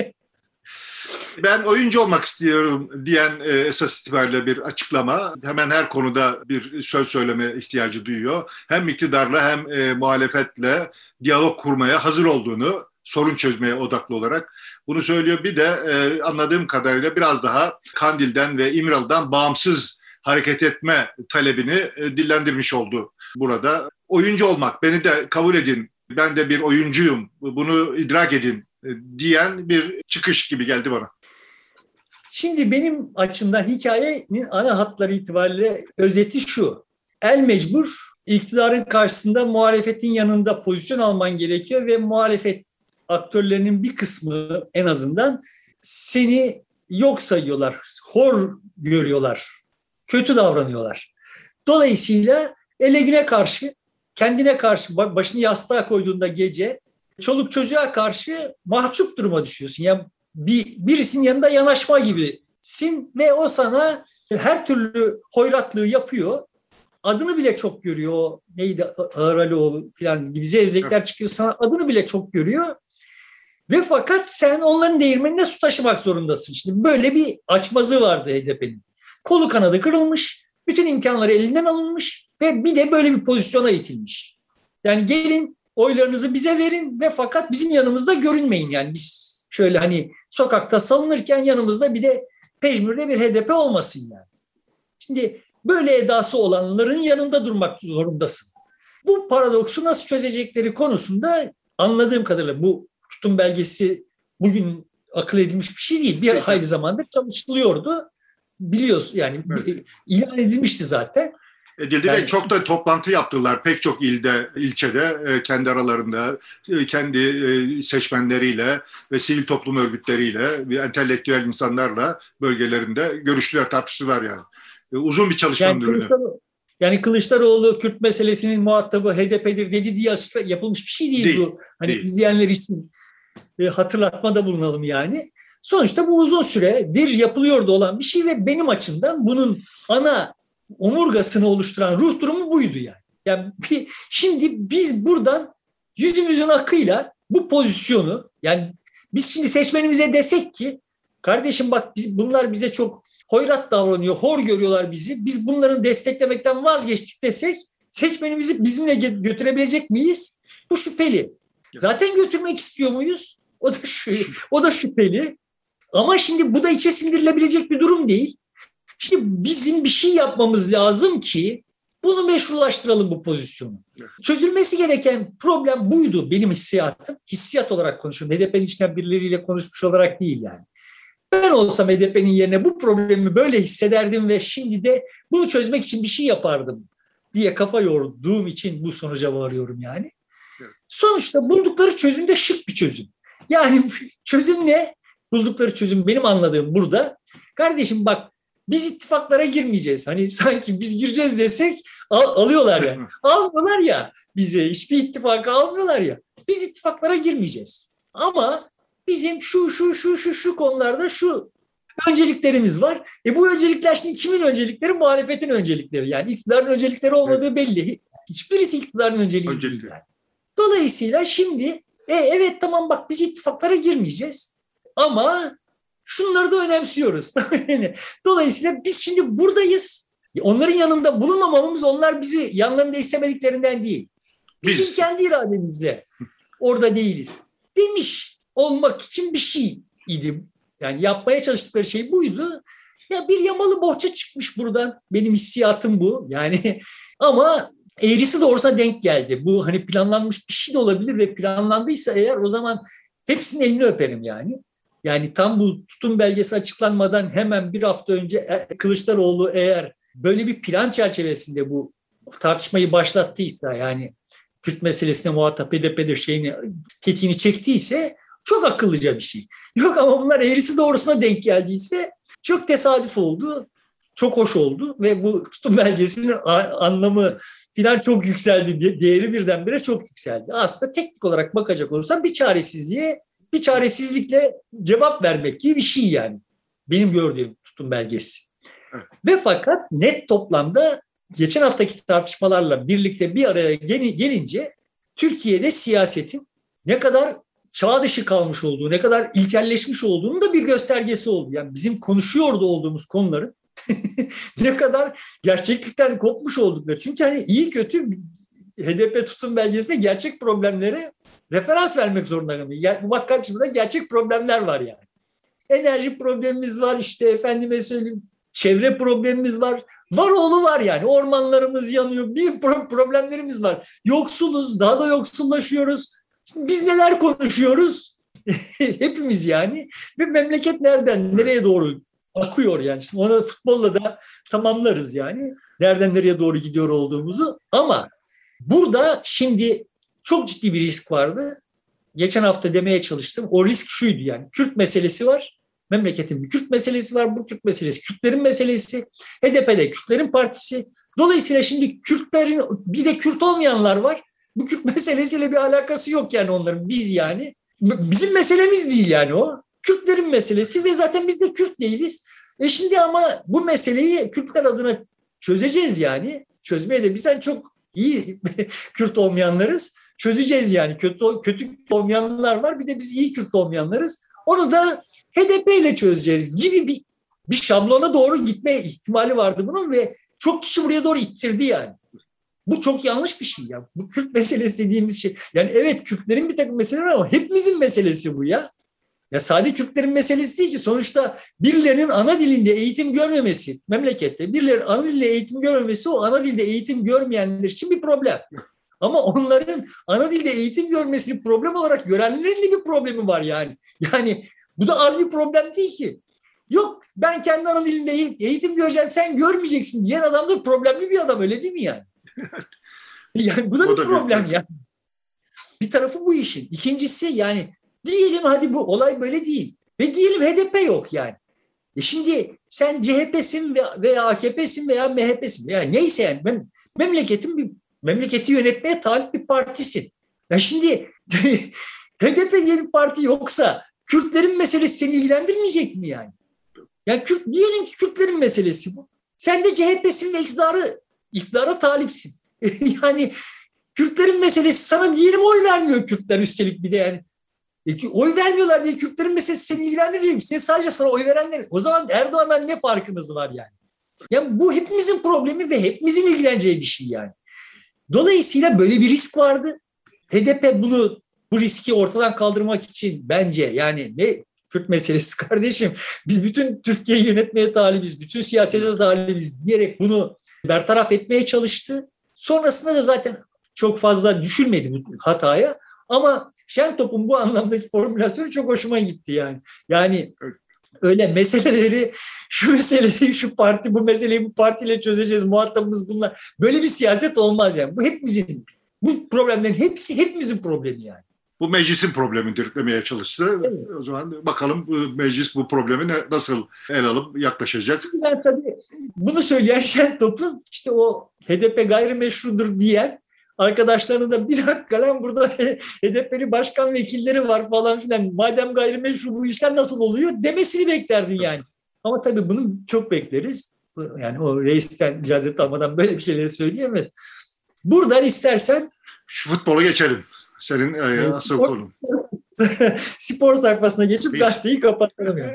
Ben oyuncu olmak istiyorum diyen esas itibariyle bir açıklama. Hemen her konuda bir söz söyleme ihtiyacı duyuyor. Hem iktidarla hem muhalefetle diyalog kurmaya hazır olduğunu, sorun çözmeye odaklı olarak bunu söylüyor. Bir de anladığım kadarıyla biraz daha Kandil'den ve İmralı'dan bağımsız hareket etme talebini dillendirmiş oldu burada. Oyuncu olmak, beni de kabul edin, ben de bir oyuncuyum, bunu idrak edin diyen bir çıkış gibi geldi bana. Şimdi benim açımdan hikayenin ana hatları itibariyle özeti şu. El mecbur iktidarın karşısında muhalefetin yanında pozisyon alman gerekiyor ve muhalefet aktörlerinin bir kısmı en azından seni yok sayıyorlar, hor görüyorlar, kötü davranıyorlar. Dolayısıyla elegine karşı, kendine karşı başını yastığa koyduğunda gece çoluk çocuğa karşı mahcup duruma düşüyorsun. Yani birisinin yanında yanaşma gibisin ve o sana her türlü hoyratlığı yapıyor. Adını bile çok görüyor. O neydi, Ağralioğlu falan gibi zevzekler çıkıyor, sana adını bile çok görüyor. Ve fakat sen onların değirmenine su taşımak zorundasın. Şimdi böyle bir açmazı vardı HDP'nin. Kolu kanadı kırılmış, bütün imkanları elinden alınmış ve bir de böyle bir pozisyona itilmiş. Yani gelin oylarınızı bize verin ve fakat bizim yanımızda görünmeyin. Yani biz şöyle hani sokakta salınırken yanımızda bir de pejmürde bir HDP olmasın yani. Şimdi böyle edası olanların yanında durmak zorundasın. Bu paradoksu nasıl çözecekleri konusunda anladığım kadarıyla bu tutum belgesi bugün akıl edilmiş bir şey değil. Bir hayli zamandır çalışılıyordu. Biliyorsun yani, evet. İlan edilmişti zaten. Edildi yani, ve çok da toplantı yaptılar pek çok ilçede kendi aralarında, kendi seçmenleriyle ve sivil toplum örgütleriyle, entelektüel insanlarla bölgelerinde görüştüler, tartıştılar yani. Uzun bir çalışmanın ürünü. Yani Kılıçdaroğlu Kürt meselesinin muhatabı HDP'dir dedi diye yapılmış bir şey değil bu. Hani değil. İzleyenler için hatırlatmada bulunalım yani. Sonuçta bu uzun süredir yapılıyordu olan bir şey ve benim açımdan bunun ana omurgasını oluşturan ruh durumu buydu yani. Yani şimdi biz buradan yüzümüzün akıyla bu pozisyonu, yani biz şimdi seçmenimize desek ki kardeşim bak bunlar bize çok hoyrat davranıyor, hor görüyorlar bizi. Biz bunların desteklemekten vazgeçtik desek seçmenimizi bizimle götürebilecek miyiz? Bu şüpheli. Zaten götürmek istiyor muyuz? O da şüpheli. Ama şimdi bu da içe sindirilebilecek bir durum değil. Şimdi bizim bir şey yapmamız lazım ki bunu meşrulaştıralım, bu pozisyonu. Çözülmesi gereken problem buydu benim hissiyatım. Hissiyat olarak konuşuyorum. HDP'nin içinden birileriyle konuşmuş olarak değil yani. Ben olsam HDP'nin yerine bu problemi böyle hissederdim ve şimdi de bunu çözmek için bir şey yapardım diye kafa yorduğum için bu sonuca varıyorum yani. Sonuçta buldukları çözüm de şık bir çözüm. Yani çözüm ne? Buldukları çözüm benim anladığım burada. Kardeşim bak, biz ittifaklara girmeyeceğiz. Hani sanki biz gireceğiz desek Alıyorlar yani. Almıyorlar ya bizi. Hiçbir ittifaka almıyorlar ya. Biz ittifaklara girmeyeceğiz. Ama bizim şu konularda şu önceliklerimiz var. Bu öncelikler şimdi kimin öncelikleri? Muhalefetin öncelikleri. Yani iktidarın öncelikleri olmadığı belli. Hiçbirisi iktidarın önceliği değil. Yani. Dolayısıyla şimdi evet tamam bak biz ittifaklara girmeyeceğiz. Ama şunları da önemsiyoruz. Dolayısıyla biz şimdi buradayız. Onların yanında bulunmamamız onlar bizi yanlarında istemediklerinden değil. Bizim kendi irademizle orada değiliz. Demiş olmak için bir şey idi. Yani yapmaya çalıştıkları şey buydu. Ya bir yamalı bohça çıkmış buradan. Benim hissiyatım bu. Yani ama eğrisi doğrusuna denk geldi. Bu hani planlanmış bir şey de olabilir ve planlandıysa eğer o zaman hepsinin elini öperim yani. Yani tam bu tutum belgesi açıklanmadan hemen bir hafta önce Kılıçdaroğlu eğer böyle bir plan çerçevesinde bu tartışmayı başlattıysa yani Kürt meselesine muhatap HDP'dir tetiğini çektiyse çok akıllıca bir şey. Yok ama bunlar eğrisi doğrusuna denk geldiyse çok tesadüf oldu. Çok hoş oldu ve bu tutum belgesinin anlamı filan çok yükseldi. Değeri birdenbire çok yükseldi. Aslında teknik olarak bakacak olursam bir çaresizlikle cevap vermek gibi bir şey yani. Benim gördüğüm tutum belgesi. Evet. Ve fakat net toplamda geçen haftaki tartışmalarla birlikte bir araya gelince Türkiye'de siyasetin ne kadar çağ dışı kalmış olduğu, ne kadar ilkelleşmiş olduğunun da bir göstergesi oldu. Yani bizim konuşuyor da olduğumuz konuların ne kadar gerçeklikten kopmuş oldukları. Çünkü hani iyi kötü HDP tutum belgesinde gerçek problemlere referans vermek zorunda kalıyor. Yani bu karşımızda gerçek problemler var yani. Enerji problemimiz var işte efendime söyleyeyim. Çevre problemimiz var. Var oğlu var yani. Ormanlarımız yanıyor. Bir problemlerimiz var. Yoksuluz. Daha da yoksullaşıyoruz. Biz neler konuşuyoruz? Hepimiz yani. Ve memleket nereden nereye doğru akıyor yani. Şimdi onu futbolla da tamamlarız yani. Nereden nereye doğru gidiyor olduğumuzu. Ama burada şimdi çok ciddi bir risk vardı. Geçen hafta demeye çalıştım. O risk şuydu yani. Kürt meselesi var. Memleketin bir Kürt meselesi var. Bu Kürt meselesi Kürtlerin meselesi. HDP'de Kürtlerin partisi. Dolayısıyla şimdi Kürtlerin bir de Kürt olmayanlar var. Bu Kürt meselesiyle bir alakası yok yani onların. Biz yani. Bizim meselemiz değil yani o. Kürtlerin meselesi ve zaten biz de Kürt değiliz. Şimdi ama bu meseleyi Kürtler adına çözeceğiz yani. Çözmeye de biz yani çok iyi Kürt olmayanlarız. Çözeceğiz yani. Kötü olmayanlar var. Bir de biz iyi Kürt olmayanlarız. Onu da HDP ile çözeceğiz gibi bir şablona doğru gitme ihtimali vardı bunun ve çok kişi buraya doğru ittirdi yani. Bu çok yanlış bir şey ya. Bu Kürt meselesi dediğimiz şey. Yani evet Kürtlerin bir takım meseleleri var ama hepimizin meselesi bu ya. Ya sadece Kürtlerin meselesi değil ki sonuçta birilerinin ana dilinde eğitim görmemesi memlekette birilerinin ana dilinde eğitim görmemesi o ana dilde eğitim görmeyenler için bir problem. Ama onların ana dilde eğitim görmesini problem olarak görenlerin de bir problemi var yani. Yani bu da az bir problem değil ki. Yok ben kendi ana dilimde eğitim göreceğim sen görmeyeceksin diyen adam da problemli bir adam öyle değil mi yani? Yani bu da bir problem yani. Bir tarafı bu işin. İkincisi yani diyelim hadi bu olay böyle değil. Ve diyelim HDP yok yani. Şimdi sen CHP'sin veya AKP'sin veya MHP'sin veya neyse yani memleketi yönetmeye talip bir partisin. Ya şimdi HDP diye bir parti yoksa Kürtlerin meselesi seni ilgilendirmeyecek mi yani? Yani diyelim ki Kürtlerin meselesi bu. Sen de CHP'sin ve iktidara talipsin. Yani Kürtlerin meselesi sana diyelim oy vermiyor Kürtler üstelik bir de yani. Oy vermiyorlar diye Kürtlerin meselesi seni ilgilendirecek mi? Sen sadece sana oy verenler. O zaman Erdoğan'dan ne farkınız var yani? Yani bu hepimizin problemi ve hepimizin ilgileneceği bir şey yani. Dolayısıyla böyle bir risk vardı. HDP bu riski ortadan kaldırmak için bence yani ne Kürt meselesi kardeşim biz bütün Türkiye'yi yönetmeye talibiz, bütün siyasete talibiz diyerek bunu bertaraf etmeye çalıştı. Sonrasında da zaten çok fazla düşülmedi bu hataya. Ama Şentop'un bu anlamdaki formülasyonu çok hoşuma gitti yani. Yani öyle meseleleri şu parti bu meseleyi bu partiyle çözeceğiz muhatabımız bunlar. Böyle bir siyaset olmaz yani. Bu problemlerin hepsi hepimizin problemi yani. Bu meclisin problemidir demeye çalıştı. Evet. O zaman bakalım meclis bu problemi nasıl el alıp yaklaşacak? Ben tabii bunu söyleyen Şentop'un işte o HDP gayrimeşrudur diyen arkadaşlarına da bir dakika lan burada HDP'li başkan vekilleri var falan filan. Madem gayrimeşru bu işler nasıl oluyor demesini beklerdin yani. Ama tabii bunu çok bekleriz. Yani o reisten icazet almadan böyle bir şeyleri söyleyemez. Buradan istersen şu futbolu geçelim. Senin asıl konun. Spor sayfasına geçip gazeteyi kapatalım. Yani.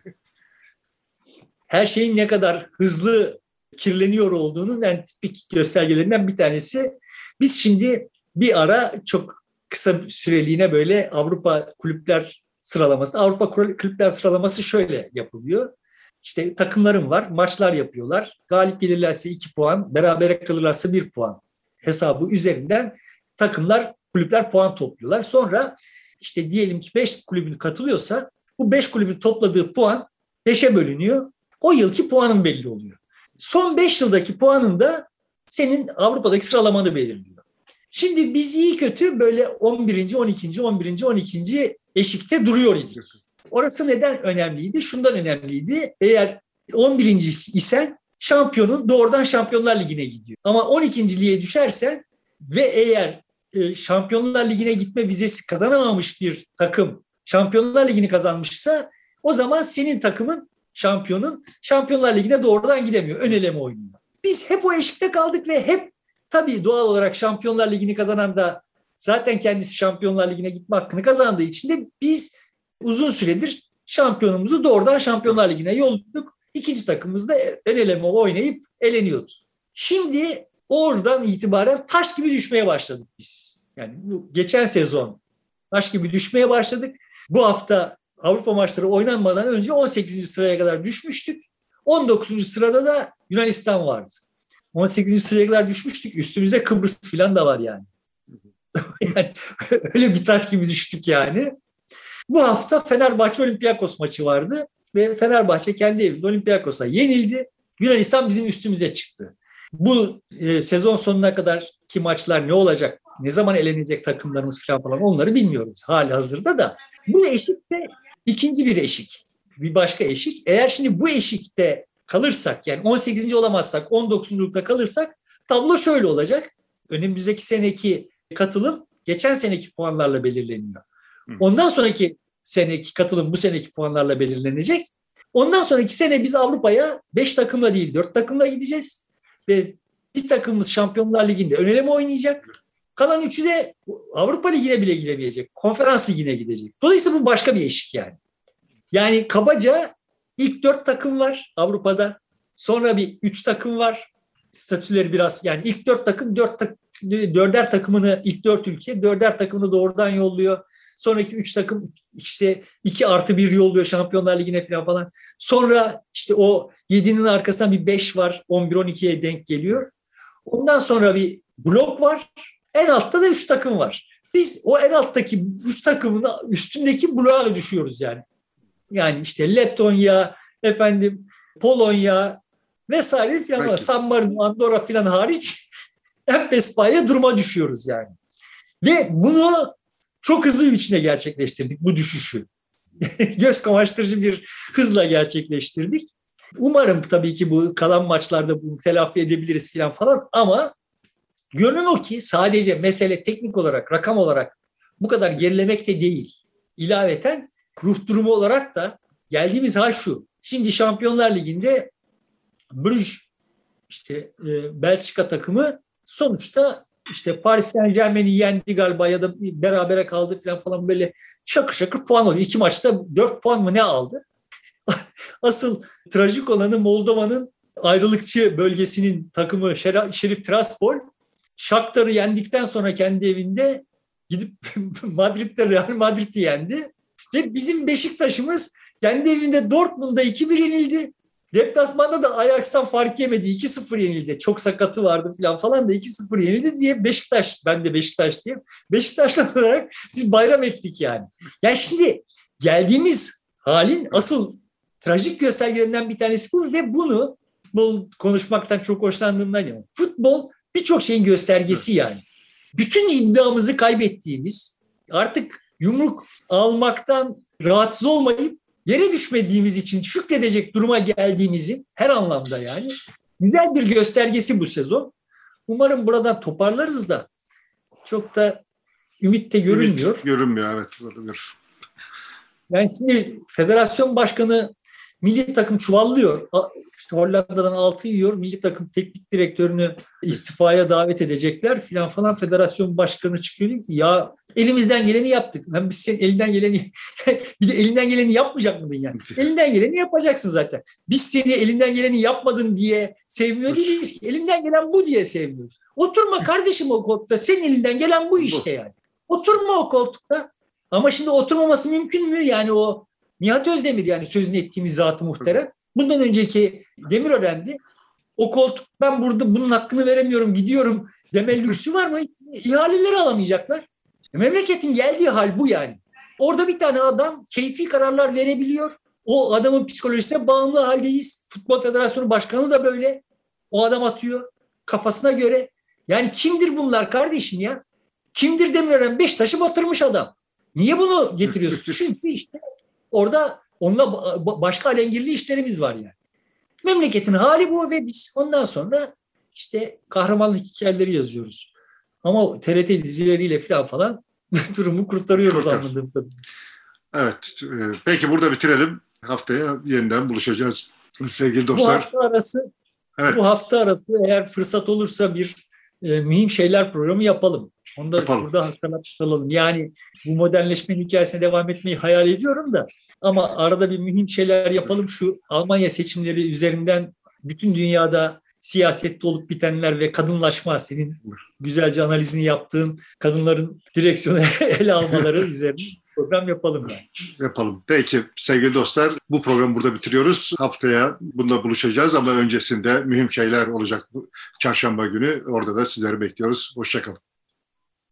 Her şeyin ne kadar hızlı kirleniyor olduğunun en tipik göstergelerinden bir tanesi. Biz şimdi bir ara çok kısa süreliğine böyle Avrupa kulüpler sıralaması şöyle yapılıyor. İşte takımlarım var, maçlar yapıyorlar. Galip gelirlerse 2 puan, berabere kalırlarsa 1 puan hesabı üzerinden kulüpler puan topluyorlar. Sonra işte diyelim ki 5 kulübün katılıyorsa bu 5 kulübün topladığı puan 5'e bölünüyor. O yılki puanın belli oluyor. Son 5 yıldaki puanın da senin Avrupa'daki sıralamanı belirliyor. Şimdi biz iyi kötü böyle 11. 12. 11. 12. eşikte duruyor idik. Orası neden önemliydi? Şundan önemliydi. Eğer 11. isen şampiyonun doğrudan Şampiyonlar Ligi'ne gidiyor. Ama 12.liğe düşersen ve eğer Şampiyonlar Ligi'ne gitme vizesi kazanamamış bir takım Şampiyonlar Ligi'ni kazanmışsa o zaman senin takımın şampiyonun Şampiyonlar Ligi'ne doğrudan gidemiyor. Ön eleme oynuyor. Biz hep o eşikte kaldık ve hep tabii doğal olarak Şampiyonlar Ligi'ni kazanan da zaten kendisi Şampiyonlar Ligi'ne gitme hakkını kazandığı için de biz uzun süredir şampiyonumuzu doğrudan Şampiyonlar Ligi'ne yolladık. İkinci takımımız da ön eleme oynayıp eleniyordu. Şimdi oradan itibaren taş gibi düşmeye başladık biz. Yani bu geçen sezon taş gibi düşmeye başladık. Bu hafta Avrupa maçları oynanmadan önce 18. sıraya kadar düşmüştük. 19. sırada da Yunanistan vardı. 18. sıraya kadar düşmüştük. Üstümüzde Kıbrıs falan da var yani. Yani öyle bir taş gibi düştük yani. Bu hafta Fenerbahçe Olympiakos maçı vardı ve Fenerbahçe kendi evinde Olympiakos'a yenildi. Yunanistan bizim üstümüze çıktı. Bu sezon sonuna kadar ki maçlar ne olacak, ne zaman elenecek takımlarımız falan onları bilmiyoruz halihazırda da. Bu eşik de ikinci bir eşik, bir başka eşik. Eğer şimdi bu eşikte kalırsak yani 18. olamazsak 19'lukta kalırsak tablo şöyle olacak. Önümüzdeki seneki katılım geçen seneki puanlarla belirleniyor. Ondan sonraki seneki katılım bu seneki puanlarla belirlenecek. Ondan sonraki sene biz Avrupa'ya 5 takımla değil 4 takımla gideceğiz. Ve bir takımımız Şampiyonlar Ligi'nde ön eleme oynayacak. Kalan 3'ü de Avrupa Ligi'ne bile gidemeyecek. Konferans Ligi'ne gidecek. Dolayısıyla bu başka bir eşik yani. Yani kabaca ilk 4 takım var Avrupa'da. Sonra bir 3 takım var. Statüleri biraz yani ilk 4 takım 4'er takımını ilk 4 ülke 4'er takımını doğrudan yolluyor. Sonraki 3 takım işte 2+1 yolluyor Şampiyonlar Ligi'ne falan. Sonra işte o 7'nin arkasından bir 5 var. 11-12'ye denk geliyor. Ondan sonra bir blok var. En altta da 3 takım var. Biz o en alttaki 3 takımın üstündeki bloğa düşüyoruz yani. Yani işte Letonya, Polonya vesaire falan. San Marino, Andorra falan hariç hep Bespa'ya duruma düşüyoruz yani. Ve bunu çok hızlı bir biçimde gerçekleştirdik bu düşüşü. Göz kamaştırıcı bir hızla gerçekleştirdik. Umarım tabii ki bu kalan maçlarda bunu telafi edebiliriz falan ama görünen o ki sadece mesele teknik olarak, rakam olarak bu kadar gerilemek de değil. İlaveten ruh durumu olarak da geldiğimiz hal şu. Şimdi Şampiyonlar Ligi'nde Bruges işte Belçika takımı sonuçta işte Paris Saint-Germain'i yendi galiba ya da berabere kaldı falan böyle şakır şakır puan alıyor. 2 maçta 4 puan mı ne aldı? Asıl trajik olanı Moldova'nın ayrılıkçı bölgesinin takımı Şerif Tiraspol Shakhtar'ı yendikten sonra kendi evinde gidip Madrid'de Real Madrid'i yendi. Ve bizim Beşiktaş'ımız kendi evinde Dortmund'da 2-1 yenildi. Deplasmanda da Ajax'tan fark yemedi. 2-0 yenildi. Çok sakatı vardı falan da 2-0 yenildi diye Beşiktaş, ben de Beşiktaş diyeyim. Beşiktaşlı olarak biz bayram ettik yani. Yani şimdi geldiğimiz halin asıl trajik göstergelerinden bir tanesi bu ve bunu konuşmaktan çok hoşlandığımdan yani. Futbol birçok şeyin göstergesi yani. Bütün iddiamızı kaybettiğimiz artık yumruk almaktan rahatsız olmayıp yere düşmediğimiz için şükredecek duruma geldiğimizin her anlamda yani güzel bir göstergesi bu sezon. Umarım buradan toparlarız da çok da ümit de görünmüyor. Ümit görünmüyor, evet. Olabilir. Yani şimdi federasyon başkanı milli takım çuvallıyor. İşte Hollanda'dan 6 yiyor. Milli takım teknik direktörünü istifaya davet edecekler filan falan. Federasyon başkanı çıkıyor diyor ki ya elimizden geleni yaptık. Biz senin elinden geleni bir de elinden geleni yapmayacak mıydın yani? Elinden geleni yapacaksın zaten. Biz seni elinden geleni yapmadın diye sevmiyor değiliz ki. Elinden gelen bu diye sevmiyoruz. Oturma kardeşim o koltukta. Senin elinden gelen bu işte yani. Oturma o koltukta. Ama şimdi oturmaması mümkün mü? Yani o Nihat Özdemir yani sözünü ettiğimiz zat-ı muhterem. Bundan önceki Demirören'di. O koltuk ben burada bunun hakkını veremiyorum gidiyorum deme lüksü var mı? İhaleleri alamayacaklar. Memleketin geldiği hal bu yani. Orada bir tane adam keyfi kararlar verebiliyor. O adamın psikolojisine bağımlı haldeyiz. Futbol Federasyonu Başkanı da böyle. O adam atıyor kafasına göre. Yani kimdir bunlar kardeşim ya? Kimdir Demirören? Beşiktaş'ı batırmış adam. Niye bunu getiriyorsun? Çünkü işte orada onunla başka alengirli işlerimiz var yani. Memleketin hali bu ve biz ondan sonra işte kahramanlık hikayeleri yazıyoruz. Ama TRT dizileriyle falan durumu kurtarıyoruz anladığım kadarıyla. Evet. Peki burada bitirelim. Haftaya yeniden buluşacağız. Sevgili dostlar. Bu hafta arası eğer fırsat olursa bir mühim şeyler programı yapalım. Onu da burada hatırlatalım. Yani bu modernleşmenin hikayesine devam etmeyi hayal ediyorum da ama arada bir mühim şeyler yapalım. Şu Almanya seçimleri üzerinden bütün dünyada siyasette olup bitenler ve kadınlaşma, senin güzelce analizini yaptığın kadınların direksiyonu ele almaları üzerine program yapalım yani. Yapalım. Peki sevgili dostlar, bu programı burada bitiriyoruz. Haftaya bunda buluşacağız ama öncesinde mühim şeyler olacak bu çarşamba günü. Orada da sizleri bekliyoruz. Hoşça kalın.